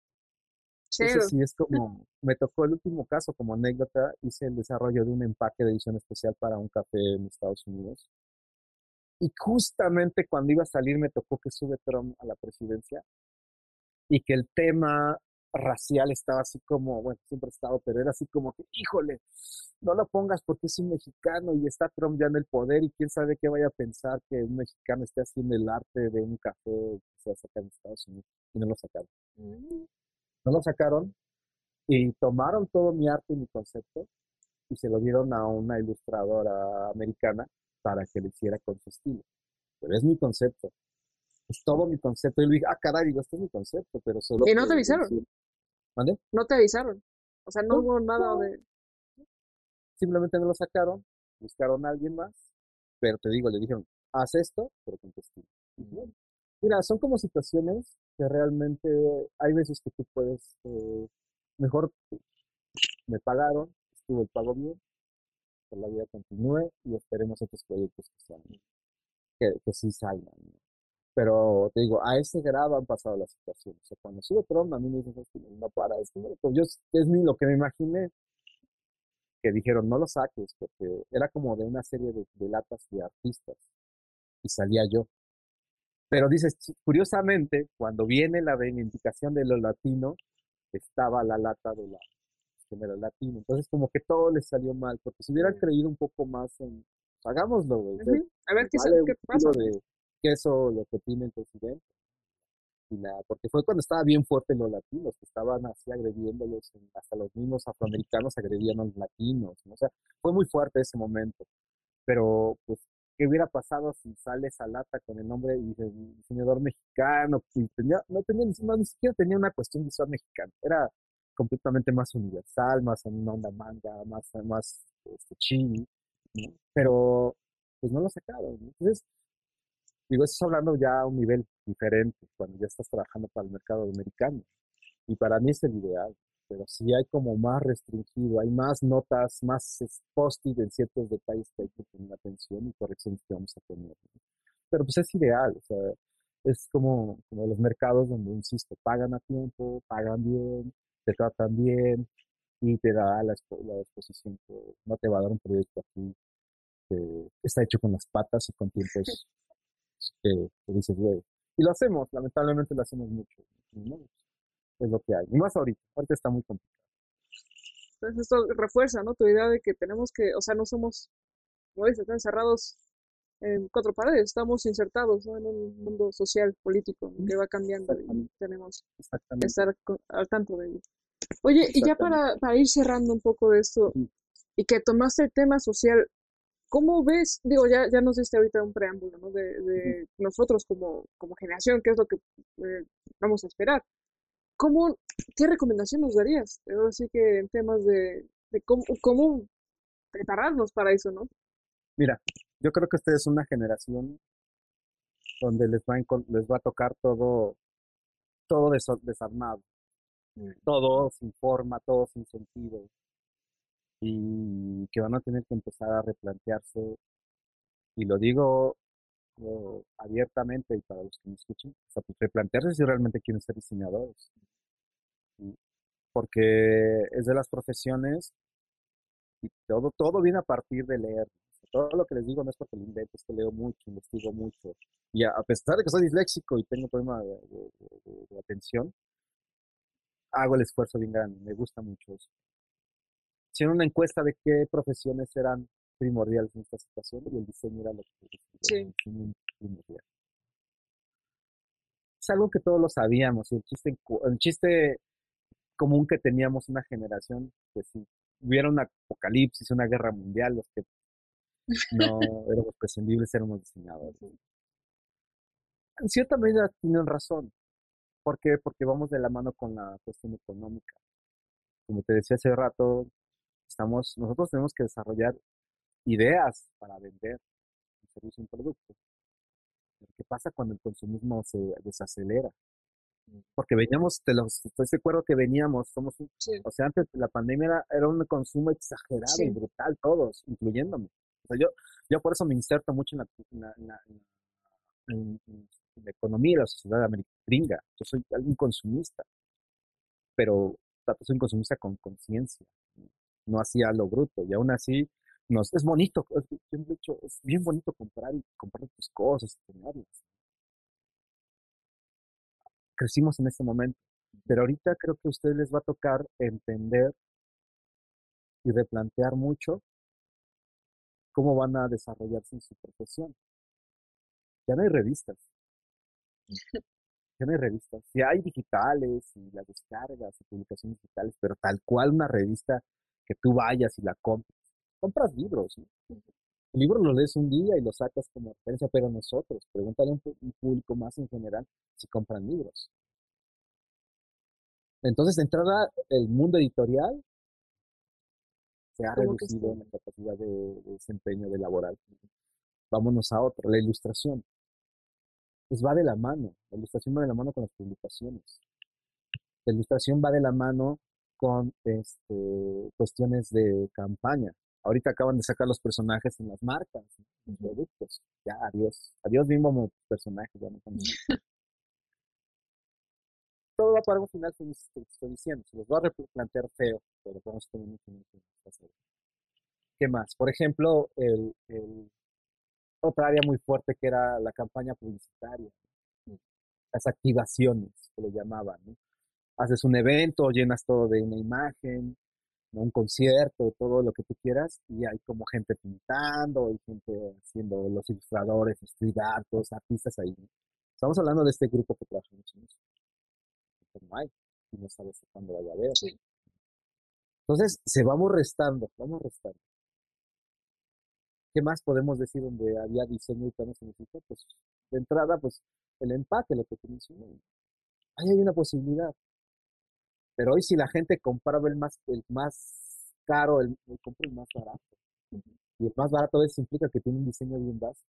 eso Cero. sí es como, me tocó el último caso como anécdota, hice el desarrollo de un empaque de edición especial para un café en Estados Unidos. Y justamente cuando iba a salir me tocó que sube Trump a la presidencia y que el tema racial estaba así como, bueno, siempre ha estado, pero era así como que, híjole, no lo pongas porque es un mexicano y está Trump ya en el poder y quién sabe qué vaya a pensar que un mexicano esté haciendo el arte de un café que se va a sacar en Estados Unidos. Y no lo sacaron. Mm. No lo sacaron y tomaron todo mi arte y mi concepto y se lo dieron a una ilustradora americana para que lo hiciera con su estilo. Pero es mi concepto, es todo mi concepto. Y le dije, caray, digo, este es mi concepto, pero solo Y no que te avisaron. ¿mande? No te avisaron. O sea, no No, hubo nada no, de. simplemente no lo sacaron, buscaron a alguien más, pero te digo, le dijeron, haz esto, pero con tu estilo. Y bueno, mira, son como situaciones que realmente hay veces que tú puedes, mejor me pagaron, estuvo el pago bien, que la vida continúe y esperemos otros proyectos que sí salgan, ¿no? Pero te digo, a ese grado han pasado las situaciones. O sea, cuando sube Trump, a mí me dicen, "Es que no para, es que no". Pues yo, lo que me imaginé, que dijeron, no lo saques, porque era como de una serie de latas de artistas, y salía yo. Pero dices, curiosamente, cuando viene la reivindicación de lo latino, estaba la lata de la género latino. Entonces, como que todo les salió mal, porque si hubieran Mm, creído un poco más en, hagámoslo, güey, ujú. A ver vale qué un pasa, kilo ¿no? de queso lo que opina el presidente. Y nada, porque fue cuando estaba bien fuerte los latinos, que estaban así agrediéndolos, hasta los mismos afroamericanos agredían a los latinos, ¿no? O sea, fue muy fuerte ese momento. Pero, pues, ¿qué hubiera pasado si sale esa lata con el nombre de diseñador mexicano? Y no tenía, ni siquiera tenía una cuestión visual mexicana. Era completamente más universal, más en una onda manga, más chibi, ¿no? Pero, pues no lo sacaron, ¿no? Entonces, digo, eso es hablando ya a un nivel diferente, cuando ya estás trabajando para el mercado americano. Y para mí es el ideal, pero sí hay como más restringido, hay más notas, más post-it en ciertos detalles que hay que poner atención y correcciones que vamos a tener, ¿no? Pero pues es ideal, o sea, es como los mercados donde, insisto, pagan a tiempo, pagan bien, te tratan bien y te da la exposición que no te va a dar un proyecto aquí que está hecho con las patas y con tiempos que dices, güey. Y lo hacemos, lamentablemente lo hacemos mucho, ¿no? Es lo que hay. Y más ahorita está muy complicado. Entonces esto refuerza, ¿no? Tu idea de que tenemos que, o sea, no somos, como dices, encerrados en cuatro paredes, estamos insertados, ¿no? En un mundo social, político, que va cambiando y Exactamente, tenemos que exactamente, estar al tanto de ello. Oye, y ya exactamente. para ir cerrando un poco de esto, Ujú, y que tomaste el tema social, ¿cómo ves? Digo, ya nos diste ahorita un preámbulo, ¿no? ujú. De nosotros como generación, qué es lo que vamos a esperar. ¿Cómo, qué recomendación nos darías? Ahora sí que en temas de cómo prepararnos para eso, ¿no? Mira, yo creo que ustedes son una generación donde les va a tocar todo desarmado, Mm, todo sin forma, todo sin sentido, y que van a tener que empezar a replantearse, y lo digo abiertamente y para los que me escuchen, o sea, pues replantearse si realmente quieren ser diseñadores, ¿sí? Porque es de las profesiones y todo viene a partir de leer. Todo lo que les digo no es porque lo invento, es que leo mucho, investigo mucho. Y a pesar de que soy disléxico y tengo problema de atención, hago el esfuerzo bien grande, me gusta mucho eso. Hicieron una encuesta de qué profesiones eran primordiales en esta situación y el diseño era lo que el sí, diseño primordial. Es algo que todos lo sabíamos y el chiste común que teníamos una generación, que si hubiera un apocalipsis, una guerra mundial, los que no éramos prescindibles éramos diseñadores. En cierta medida tienen razón. ¿Por qué? Porque vamos de la mano con la cuestión económica. Como te decía hace rato, nosotros tenemos que desarrollar ideas para vender un servicio, un producto. ¿Qué pasa cuando el consumismo se desacelera? Porque veníamos, estoy de acuerdo que veníamos, sí, o sea, antes de la pandemia era un consumo exagerado y sí, brutal, todos, incluyéndome. O sea, yo por eso me inserto mucho en la economía de la sociedad gringa. Yo soy un consumista, pero soy un consumista con conciencia, no hacía lo bruto, y aún así es bonito, de hecho, es bien bonito comprar tus cosas y tenerlas. Crecimos en este momento, pero ahorita creo que a ustedes les va a tocar entender y replantear mucho cómo van a desarrollarse en su profesión. Ya no hay revistas, ya no hay revistas. Sí hay digitales y las descargas y publicaciones digitales, pero tal cual una revista que tú vayas y la compres. Compras libros, ¿no? El libro lo lees un día y lo sacas como referencia, pero nosotros, pregúntale a un público más en general si compran libros. Entonces, de entrada, el mundo editorial se ha como que reducido en la capacidad de desempeño de laboral. Vámonos a otra, la ilustración. Pues va de la mano, la ilustración va de la mano con las publicaciones. La ilustración va de la mano con cuestiones de campaña. Ahorita acaban de sacar los personajes en las marcas, ¿no? Los ujú, productos. Ya, adiós. Adiós mismo personajes, ya no son. Todo va para un final feliz, te estoy diciendo. Se los va a replantear feo, pero vamos a tener mucho, mucho que hacer. ¿Qué más? Por ejemplo, otra área muy fuerte que era la campaña publicitaria. las activaciones que le llamaban, ¿no? Haces un evento, llenas todo de una imagen, ¿no? Un concierto, todo lo que tú quieras, y hay como gente pintando, hay gente haciendo los ilustradores, street art, los artistas ahí, ¿no? Estamos hablando de este grupo que trabajamos en eso. Pero no hay, y no sabes cuándo vaya a haber. Sí. Entonces, vamos restando, vamos restando. ¿Qué más podemos decir donde había diseño y plano significado? Pues, de entrada, pues, el empaque, lo que te mencioné. Ahí hay una posibilidad. Pero hoy si la gente compraba el más caro, compra el más barato. Y el más barato a veces implica que tiene un diseño bien básico.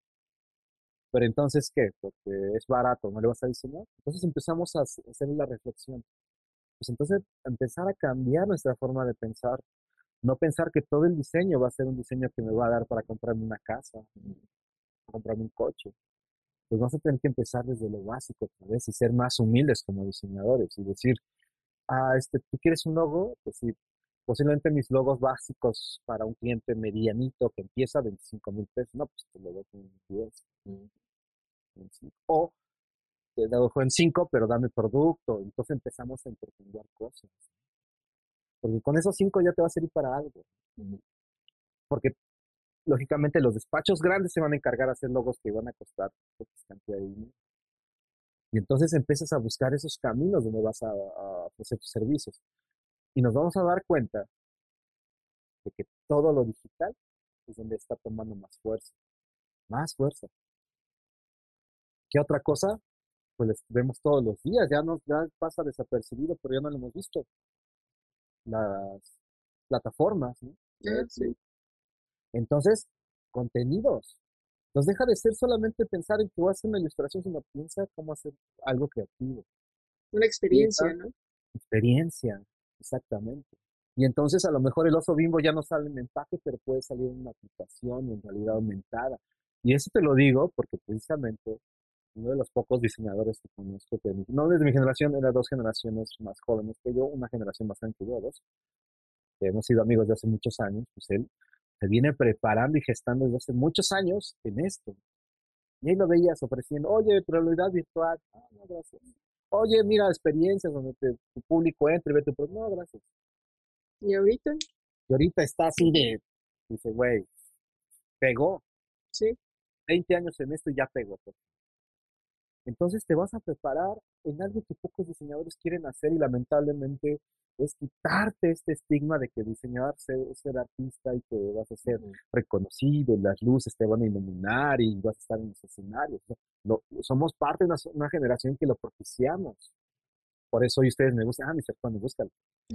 Pero entonces, ¿qué? Porque es barato, ¿no le vas a diseñar? Entonces empezamos a hacer la reflexión. Pues entonces empezar a cambiar nuestra forma de pensar. No pensar que todo el diseño va a ser un diseño que me va a dar para comprarme una casa, comprarme un coche. Pues vamos a tener que empezar desde lo básico otra vez y ser más humildes como diseñadores y decir, ¿tú quieres un logo? Pues sí, posiblemente mis logos básicos para un cliente medianito que empieza a 25,000 pesos, no, pues te lo doy en 10, en 5. O te lo dejo en 5, pero dame producto. Entonces empezamos a intercambiar cosas. Porque con esos 5 ya te va a servir para algo. Porque lógicamente los despachos grandes se van a encargar de hacer logos que van a costar X cantidad de dinero. Y entonces empiezas a buscar esos caminos donde vas a ofrecer tus servicios. Y nos vamos a dar cuenta de que todo lo digital es donde está tomando más fuerza. Más fuerza. ¿Qué otra cosa? Pues les vemos todos los días. Ya pasa desapercibido, pero ya no lo hemos visto. Las plataformas, ¿no? Sí. Entonces, contenidos. Entonces deja de ser solamente pensar en que voy a hacer una ilustración, sino piensa cómo hacer algo creativo. Una experiencia, Piensa ¿no? experiencia, exactamente. Y entonces a lo mejor el oso Bimbo ya no sale en empaque, pero puede salir en una aplicación en realidad aumentada. Y eso te lo digo porque precisamente uno de los pocos diseñadores que conozco, no desde mi generación, era 2 generaciones más jóvenes que yo, una generación más grande que yo, dos, que hemos sido amigos de hace muchos años, pues él se viene preparando y gestando desde hace muchos años en esto. Y ahí lo veías ofreciendo, oye, realidad virtual, no, gracias. Oye, mira, experiencias donde tu público entre y ve tu producto, no, gracias. Y ahorita, Y ahorita está así dice, güey, pegó, sí. 20 años en esto y ya pegó. Pues. Entonces te vas a preparar en algo que pocos diseñadores quieren hacer y lamentablemente es quitarte este estigma de que diseñar es ser artista y que vas a ser reconocido, y las luces te van a iluminar y vas a estar en los escenarios. Somos parte de una generación que lo propiciamos. Por eso hoy ustedes me gustan, Mr. Juan, búscalo.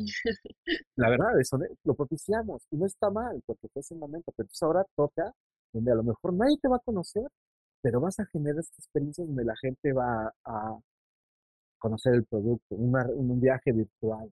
La verdad, eso lo propiciamos y no está mal porque fue ese momento, pero entonces ahora toca donde a lo mejor nadie te va a conocer, pero vas a generar estas experiencias donde la gente va a conocer el producto, un viaje virtual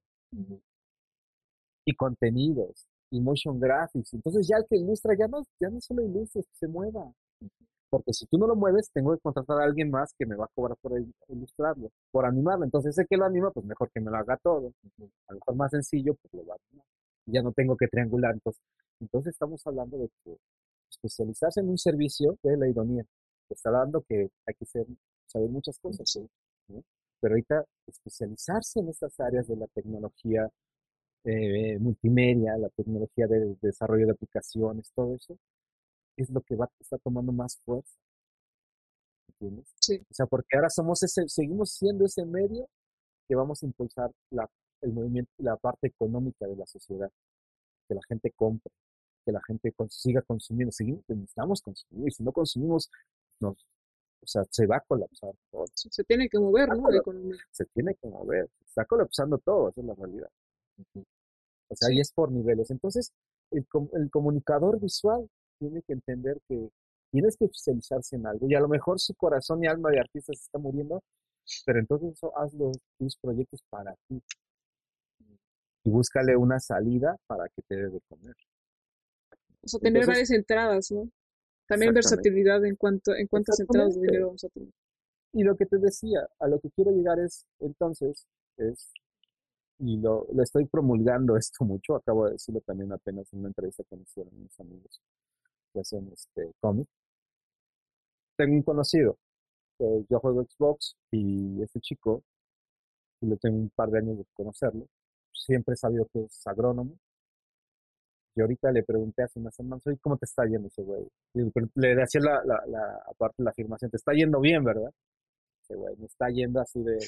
y contenidos y motion graphics. Entonces ya el que ilustra ya no solo ilustra, que se mueva. Porque si tú no lo mueves, tengo que contratar a alguien más que me va a cobrar por ilustrarlo, por animarlo. Entonces ese que lo anima, pues mejor que me lo haga todo. A lo mejor más sencillo, pues lo va a animar. Ya no tengo que triangular. Entonces estamos hablando de que especializarse en un servicio es la ironía. Te está dando que hay que saber muchas cosas, ¿no? Pero ahorita especializarse en estas áreas de la tecnología multimedia, la tecnología de desarrollo de aplicaciones, todo eso, es lo que está tomando más fuerza, ¿entiendes? Sí. O sea, porque ahora seguimos siendo ese medio que vamos a impulsar el movimiento, la parte económica de la sociedad, que la gente compre, que la gente siga consumiendo, necesitamos consumir, si no consumimos, nos, o sea, se va a colapsar todo. Se tiene que mover, ¿no? La economía. Se tiene que mover, se está colapsando todo, esa es la realidad. O sea, Sí. y es por niveles. Entonces, el comunicador visual tiene que entender que tienes que especializarse en algo. Y a lo mejor su corazón y alma de artista se está muriendo, pero entonces hazlo tus proyectos para ti. Y búscale una salida para que te dé de comer. O sea, tener Entonces, varias entradas, ¿no? También exactamente. versatilidad en cuántas entradas de dinero vamos a tener. Y lo que te decía, a lo que quiero llegar entonces, y lo estoy promulgando esto mucho, acabo de decirlo también apenas en una entrevista que me hicieron mis amigos que hacen cómic. Tengo un conocido pues yo juego Xbox y este chico, y le tengo un par de años de conocerlo, siempre he sabido que es agrónomo. Y ahorita le pregunté hace unas semanas, oye, ¿cómo te está yendo ese güey? Le hacía aparte la afirmación, te está yendo bien, ¿verdad? Ese güey, me está yendo así de,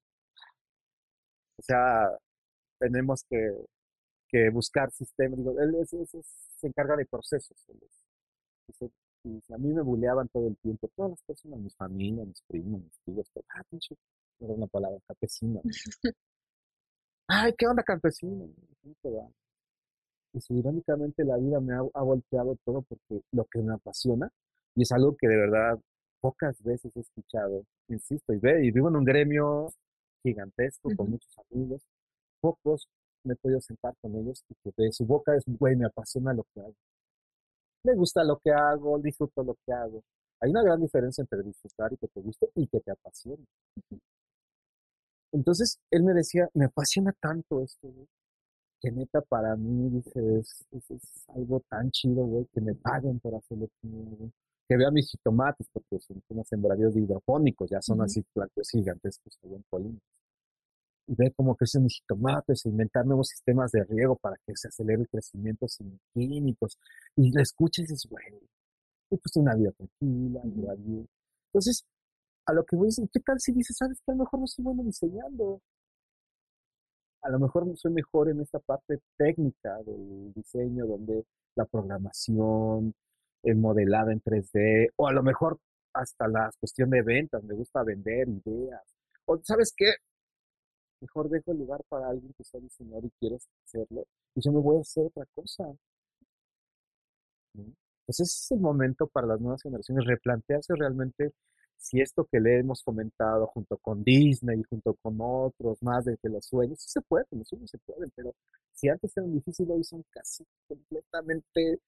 o sea, tenemos que buscar sistemas. Digo, él se encarga de procesos. Dice, y a mí me buleaban todo el tiempo, todas las personas, mis familias, mis primos, mis tíos, todo, pinche, era una palabra, campesino. Ay, ¿qué onda, campesino? ¿Cómo te va? Y si irónicamente la vida ha volteado todo porque lo que me apasiona, y es algo que de verdad pocas veces he escuchado, insisto, y vivo en un gremio gigantesco con Ujú. muchos amigos, pocos me he podido sentar con ellos y que de su boca es, güey, me apasiona lo que hago. Me gusta lo que hago, disfruto lo que hago. Hay una gran diferencia entre disfrutar y que te guste y que te apasione. Entonces, él me decía, me apasiona tanto esto, güey, que neta para mí, dice, es algo tan chido, güey, que me paguen por hacer lo que me hago. Que vea mis jitomates, porque son unos sembradíos de hidropónicos, ya son Ujú. así plantas gigantescos allá en Colima. Y ver cómo crecen mis jitomates, e inventar nuevos sistemas de riego para que se acelere el crecimiento sin químicos. Y lo escuchas y dices, güey, he puesto una vida tranquila, me Ujú. va bien. Entonces, a lo que voy a decir, ¿qué tal si dices, sabes que a lo mejor no soy bueno diseñando? A lo mejor soy mejor en esta parte técnica del diseño, donde la programación, el modelado en 3D, o a lo mejor hasta la cuestión de ventas, me gusta vender ideas. O, ¿sabes qué? Mejor dejo el lugar para alguien que sea diseñador y quiere hacerlo, y yo me voy a hacer otra cosa, ¿no? Entonces es el momento para las nuevas generaciones replantearse realmente si esto que le hemos comentado junto con Disney y junto con otros más de que los sueños, sí se pueden, los sueños se pueden, pero si antes eran difíciles, hoy son casi completamente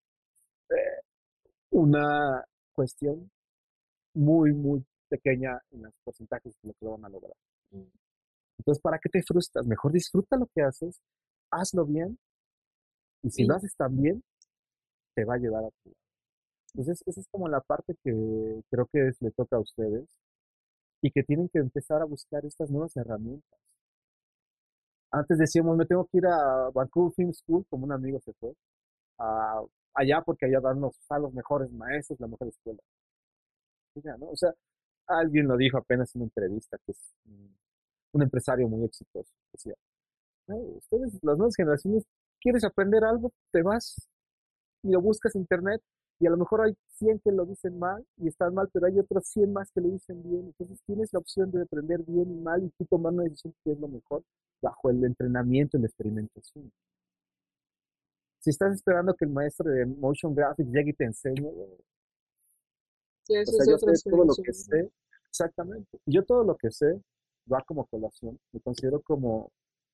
una cuestión muy, muy pequeña en los porcentajes de lo que lo van a lograr. Entonces, ¿para qué te frustras? Mejor disfruta lo que haces, hazlo bien, y si lo Y haces tan bien, te va a llevar a tu. Entonces, esa es como la parte que creo que le toca a ustedes y que tienen que empezar a buscar estas nuevas herramientas. Antes decíamos, me tengo que ir a Vancouver Film School, como un amigo se fue, a, allá porque allá dan a los mejores maestros, la mejor escuela. O sea, ¿no? O sea, alguien lo dijo apenas en una entrevista, que es un empresario muy exitoso. Decía, "Ay, ustedes, las nuevas generaciones, ¿quieres aprender algo? Te vas y lo buscas en internet y a lo mejor hay 100 que lo dicen mal y están mal, pero hay otros 100 más que lo dicen bien. Entonces tienes la opción de aprender bien y mal y tú tomar una decisión que es lo mejor bajo el entrenamiento y la experimentación. Si estás esperando que el maestro de Motion Graphics llegue y te enseñe, sí, o eso es sea, de yo sé otras todo lo que generaciones, ¿no? sé, exactamente. Y yo todo lo que sé va como colación. Me considero como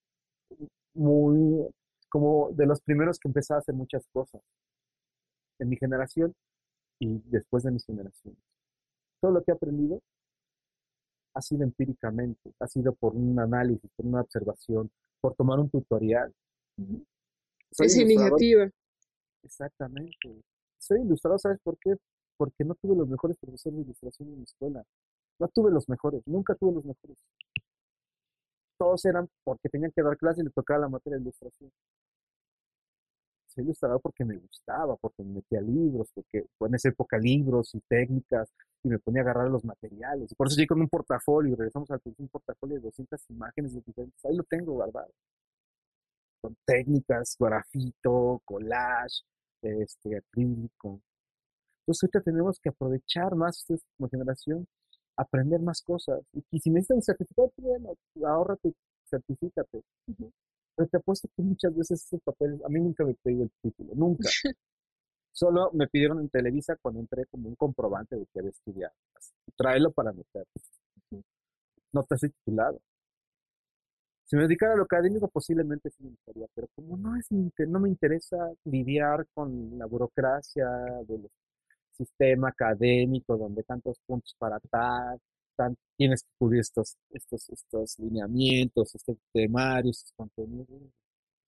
muy, como de los primeros que empecé a hacer muchas cosas en mi generación y después de mis generaciones. Todo lo que he aprendido ha sido empíricamente, ha sido por un análisis, por una observación, por tomar un tutorial. Ujú. Soy Esa ilustrador, iniciativa. exactamente. Soy ilustrador, ¿sabes por qué? Porque no tuve los mejores profesores de ilustración en mi escuela. No tuve los mejores, nunca tuve los mejores. Todos eran porque tenían que dar clase y les tocaba la materia de ilustración. Soy ilustrador porque me gustaba, porque me metía libros, porque fue en esa época libros y técnicas y me ponía a agarrar los materiales. Y por eso llegué con un portafolio, y regresamos al principio, un portafolio de 200 imágenes de diferentes. Ahí lo tengo guardado, con técnicas, grafito, collage, acrílico. Entonces ahorita tenemos que aprovechar más ustedes como generación, aprender más cosas. Y si necesitan un certificado, pues bueno, ahórrate, certifícate. Ujú. Pero te apuesto que muchas veces esos papeles, a mí nunca me pedí el título, nunca. Solo me pidieron en Televisa cuando entré como un comprobante de que había estudiado. Así, tráelo para meter. No te soy titulado. Si me dedicara a lo académico, posiblemente sí me gustaría, pero como no es no me interesa lidiar con la burocracia del sistema académico, donde tantos puntos para tal, tienes que cubrir estos lineamientos, estos temarios, estos contenidos.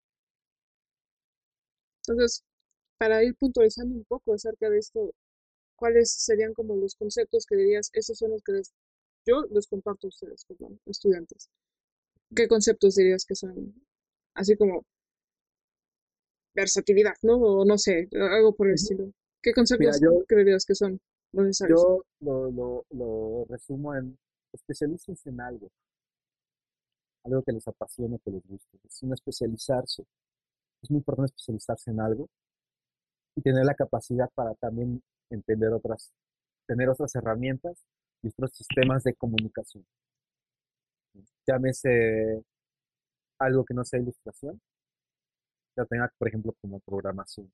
Entonces, para ir puntualizando un poco acerca de esto, ¿cuáles serían como los conceptos que dirías, esos son los que yo les comparto a ustedes como estudiantes? ¿Qué conceptos dirías que son así como versatilidad, ¿no? O no sé, algo por el Ujú. estilo. ¿Qué Mira, conceptos creerías que son necesarios? yo lo resumo en especialícense en algo que les apasione, que les guste. Es un especializarse. Es muy importante especializarse en algo y tener la capacidad para también entender tener otras herramientas y otros sistemas de comunicación. Llámese algo que no sea ilustración, que tenga, por ejemplo, como programación.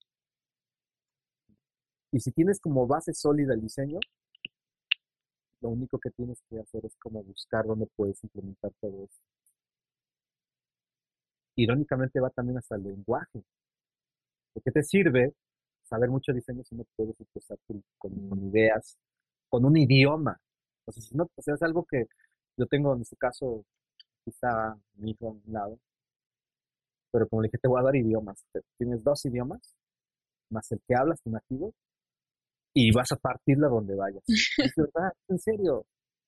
Y si tienes como base sólida el diseño, lo único que tienes que hacer es como buscar dónde puedes implementar todo eso. Irónicamente va también hasta el lenguaje. ¿De qué te sirve saber mucho diseño si no puedes expresar con ideas, con un idioma? O sea, si no, o sea, es algo que yo tengo en este caso, quizá mi hijo a un lado, pero como le dije, te voy a dar idiomas. Tienes 2 idiomas, más el que hablas, tu nativo, y vas a partirla donde vayas. Es verdad, en serio.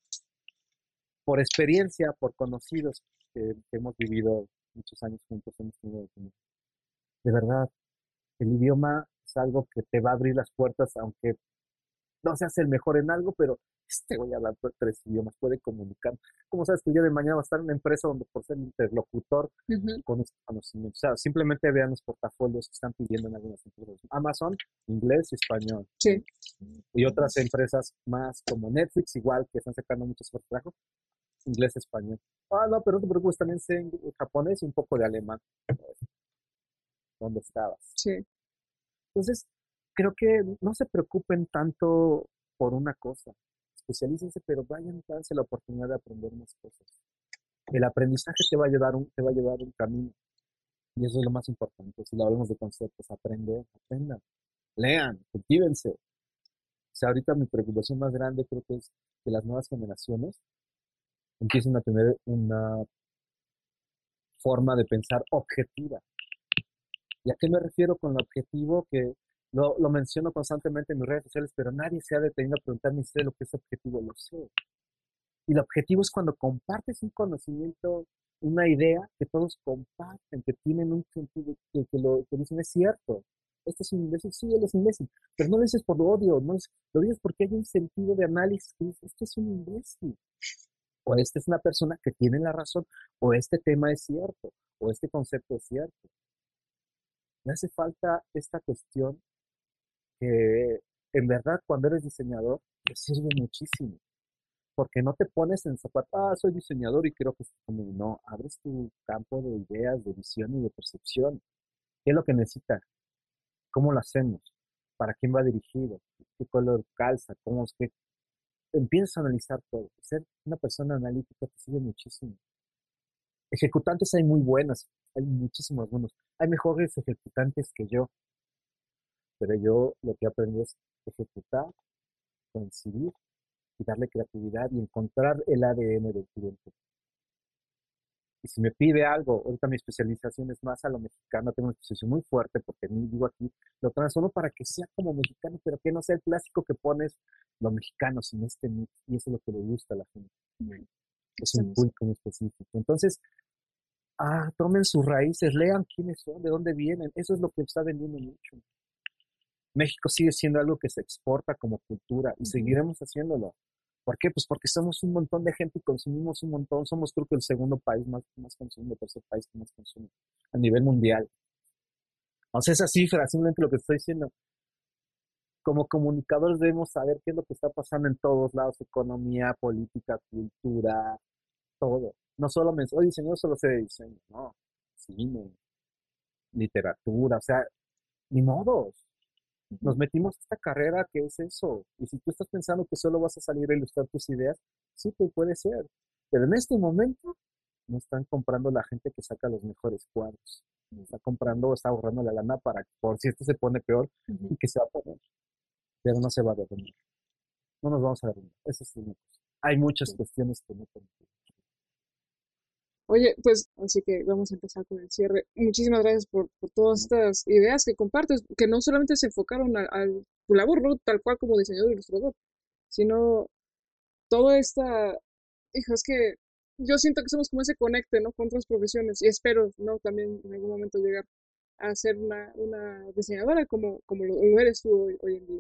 Por experiencia, por conocidos que hemos vivido muchos años juntos, hemos tenido, de verdad, el idioma es algo que te va a abrir las puertas, aunque no seas el mejor en algo, pero este voy a hablar 3 idiomas, puede comunicar. ¿Cómo sabes que el día de mañana va a estar en una empresa donde por ser interlocutor Ujú. con estos conocimientos? O sea, simplemente vean los portafolios que están pidiendo en algunas empresas. Amazon, inglés y español. Sí. Y otras empresas más como Netflix, igual, que están sacando muchos trabajos, inglés, español. Ah, no, pero no te preocupes, también sé japonés y un poco de alemán. ¿Dónde estabas? Sí. Entonces, creo que no se preocupen tanto por una cosa. Especialícense, pero vayan a darse la oportunidad de aprender más cosas. El aprendizaje te va a llevar un camino. Y eso es lo más importante. Si lo hablamos de conceptos, aprendan, lean, cultívense. O sea, ahorita mi preocupación más grande creo que es que las nuevas generaciones empiecen a tener una forma de pensar objetiva. ¿Y a qué me refiero con el objetivo? Que lo menciono constantemente en mis redes sociales, pero nadie se ha detenido a preguntarme si sé lo que es objetivo. Lo sé. Y el objetivo es cuando compartes un conocimiento, una idea que todos comparten, que tienen un sentido, que lo que dicen es cierto. Este es un imbécil, sí, él es un imbécil, pero no lo dices por odio, lo dices porque hay un sentido de análisis que dice, este es un imbécil, o esta es una persona que tiene la razón, o este tema es cierto, o este concepto es cierto. Me hace falta esta cuestión que en verdad cuando eres diseñador te sirve muchísimo, porque no te pones en zapato, soy diseñador y creo que no, abres tu campo de ideas, de visión y de percepción. ¿Qué es lo que necesita? ¿Cómo lo hacemos? ¿Para quién va dirigido? ¿Qué color calza? ¿Cómo es que empiezas a analizar todo? Ser una persona analítica te sirve muchísimo. Ejecutantes hay muy buenas, hay muchísimos buenos. Hay mejores ejecutantes que yo, pero yo lo que aprendí es ejecutar, coincidir y darle creatividad y encontrar el ADN del cliente. Y si me pide algo, ahorita mi especialización es más a lo mexicano, tengo una especialización muy fuerte porque digo aquí, lo transformo para que sea como mexicano, pero que no sea el clásico que pones lo mexicano, sino este mix, y eso es lo que le gusta a la gente. Es un Estamos. público muy específico. Entonces, tomen sus raíces, lean quiénes son, de dónde vienen, eso es lo que está vendiendo mucho. México sigue siendo algo que se exporta como cultura y seguiremos haciéndolo. ¿Por qué? Pues porque somos un montón de gente y consumimos un montón. Somos creo que el segundo país más consumido, el tercer país que más consume a nivel mundial. O sea, esa cifra, simplemente lo que estoy diciendo. Como comunicadores debemos saber qué es lo que está pasando en todos lados, economía, política, cultura, todo. No solo oye, diseño, solo sé de diseño, no. Cine, literatura, o sea, ni modos. Nos metimos a esta carrera que es eso. Y si tú estás pensando que solo vas a salir a ilustrar tus ideas, sí, pues puede ser. Pero en este momento no están comprando la gente que saca los mejores cuadros. Está comprando, está ahorrando la lana para, por si esto se pone peor, y que se va a poner. Pero no se va a derrumbar. No nos vamos a derrumbar. Eso es una cosa. Hay muchas cuestiones que no tenemos. Oye, pues así que vamos a empezar con el cierre. Muchísimas gracias por todas estas ideas que compartes, que no solamente se enfocaron a tu labor, ¿no? Tal cual como diseñador e ilustrador, sino toda esta, hijo, es que yo siento que somos como ese conecte, ¿no? Con otras profesiones y espero, ¿no? También en algún momento llegar a ser una diseñadora como lo eres tú hoy en día.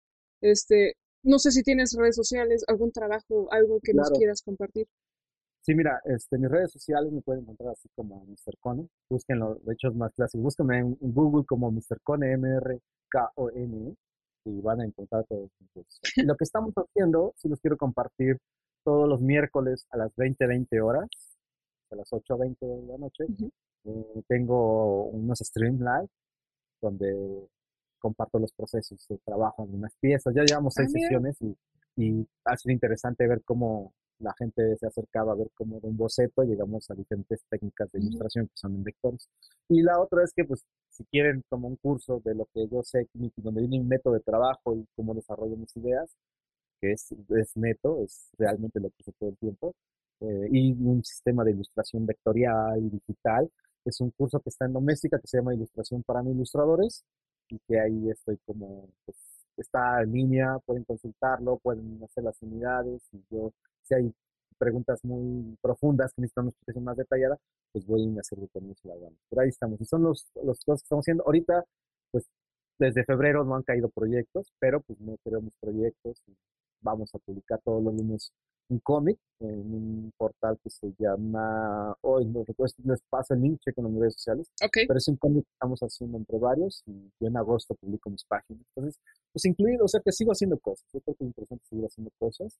No sé si tienes redes sociales, algún trabajo, algo que nos Claro. quieras compartir. Sí, mira, mis redes sociales me pueden encontrar así como Mr. Cone. Búsquenlo, de hecho es más clásico. Búsquenme en Google como Mr. Cone, MRKONE, y van a encontrar todos mis redes. Y lo que estamos haciendo, si los quiero compartir todos los miércoles a las 20:20 horas, a las 8:20 de la noche, Ujú. tengo unos stream live donde comparto los procesos de trabajo en unas piezas. Ya llevamos Ah, 6 mira. sesiones y ha sido interesante ver cómo la gente se ha acercado a ver cómo de un boceto llegamos a diferentes técnicas de Ujú. ilustración que son en vectores. Y la otra es que, pues, si quieren como un curso de lo que yo sé, donde viene un método de trabajo y cómo desarrollo mis ideas, que es neto, es realmente lo que hice todo el tiempo, y un sistema de ilustración vectorial y digital. Es un curso que está en Doméstica que se llama Ilustración para no ilustradores y que ahí estoy como, pues, está en línea, pueden consultarlo, pueden hacer las unidades y yo, si hay preguntas muy profundas que necesitan una explicación más detallada, pues voy a hacerlo con eso, la verdad. Pero ahí estamos. Y son los cosas que estamos haciendo. Ahorita, pues, desde febrero no han caído proyectos, pero pues no queremos proyectos y vamos a publicar todos los lunes un cómic en un portal que se llama, hoy no recuerdo, les paso el link, chequen en las redes sociales, Ok. pero es un cómic que estamos haciendo entre varios y yo en agosto publico mis páginas. Entonces, pues incluido, o sea que sigo haciendo cosas. Yo creo que es interesante seguir haciendo cosas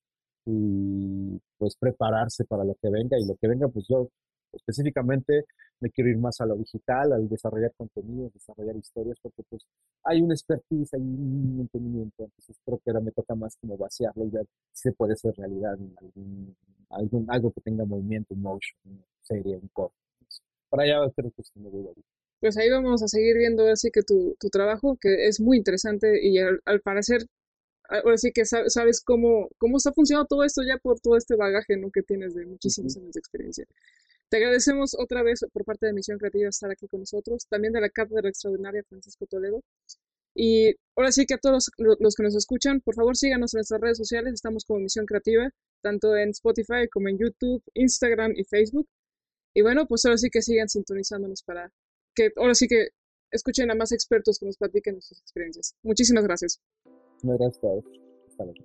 y pues prepararse para lo que venga y lo que venga, pues yo específicamente me quiero ir más a lo digital, al desarrollar contenidos, desarrollar historias, porque pues hay un expertise, hay un entendimiento, entonces creo que ahora me toca más como vaciarlo y ver si se puede hacer realidad en algo que tenga movimiento, un motion, una serie, un corto. Para allá creo que sí me voy a ir. Pues ahí vamos a seguir viendo así que tu trabajo, que es muy interesante y al parecer, ahora sí que sabes cómo está funcionando todo esto ya por todo este bagaje, ¿no? Que tienes de muchísimos Ujú. años de experiencia. Te agradecemos otra vez por parte de Misión Creativa estar aquí con nosotros, también de la Cátedra Extraordinaria Francisco Toledo. Y ahora sí que a todos los que nos escuchan, por favor síganos en nuestras redes sociales, estamos como Misión Creativa, tanto en Spotify como en YouTube, Instagram y Facebook. Y bueno, pues ahora sí que sigan sintonizándonos para que ahora sí que escuchen a más expertos que nos platiquen sus experiencias. Muchísimas gracias. No era hasta ahora. Hasta luego.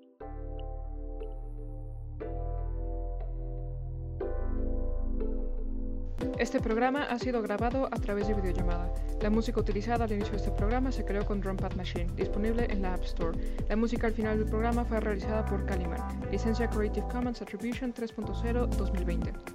Este programa ha sido grabado a través de videollamada. La música utilizada al inicio de este programa se creó con Drum Pad Machine, disponible en la App Store. La música al final del programa fue realizada por Caliman. Licencia Creative Commons Attribution 3.0 2020.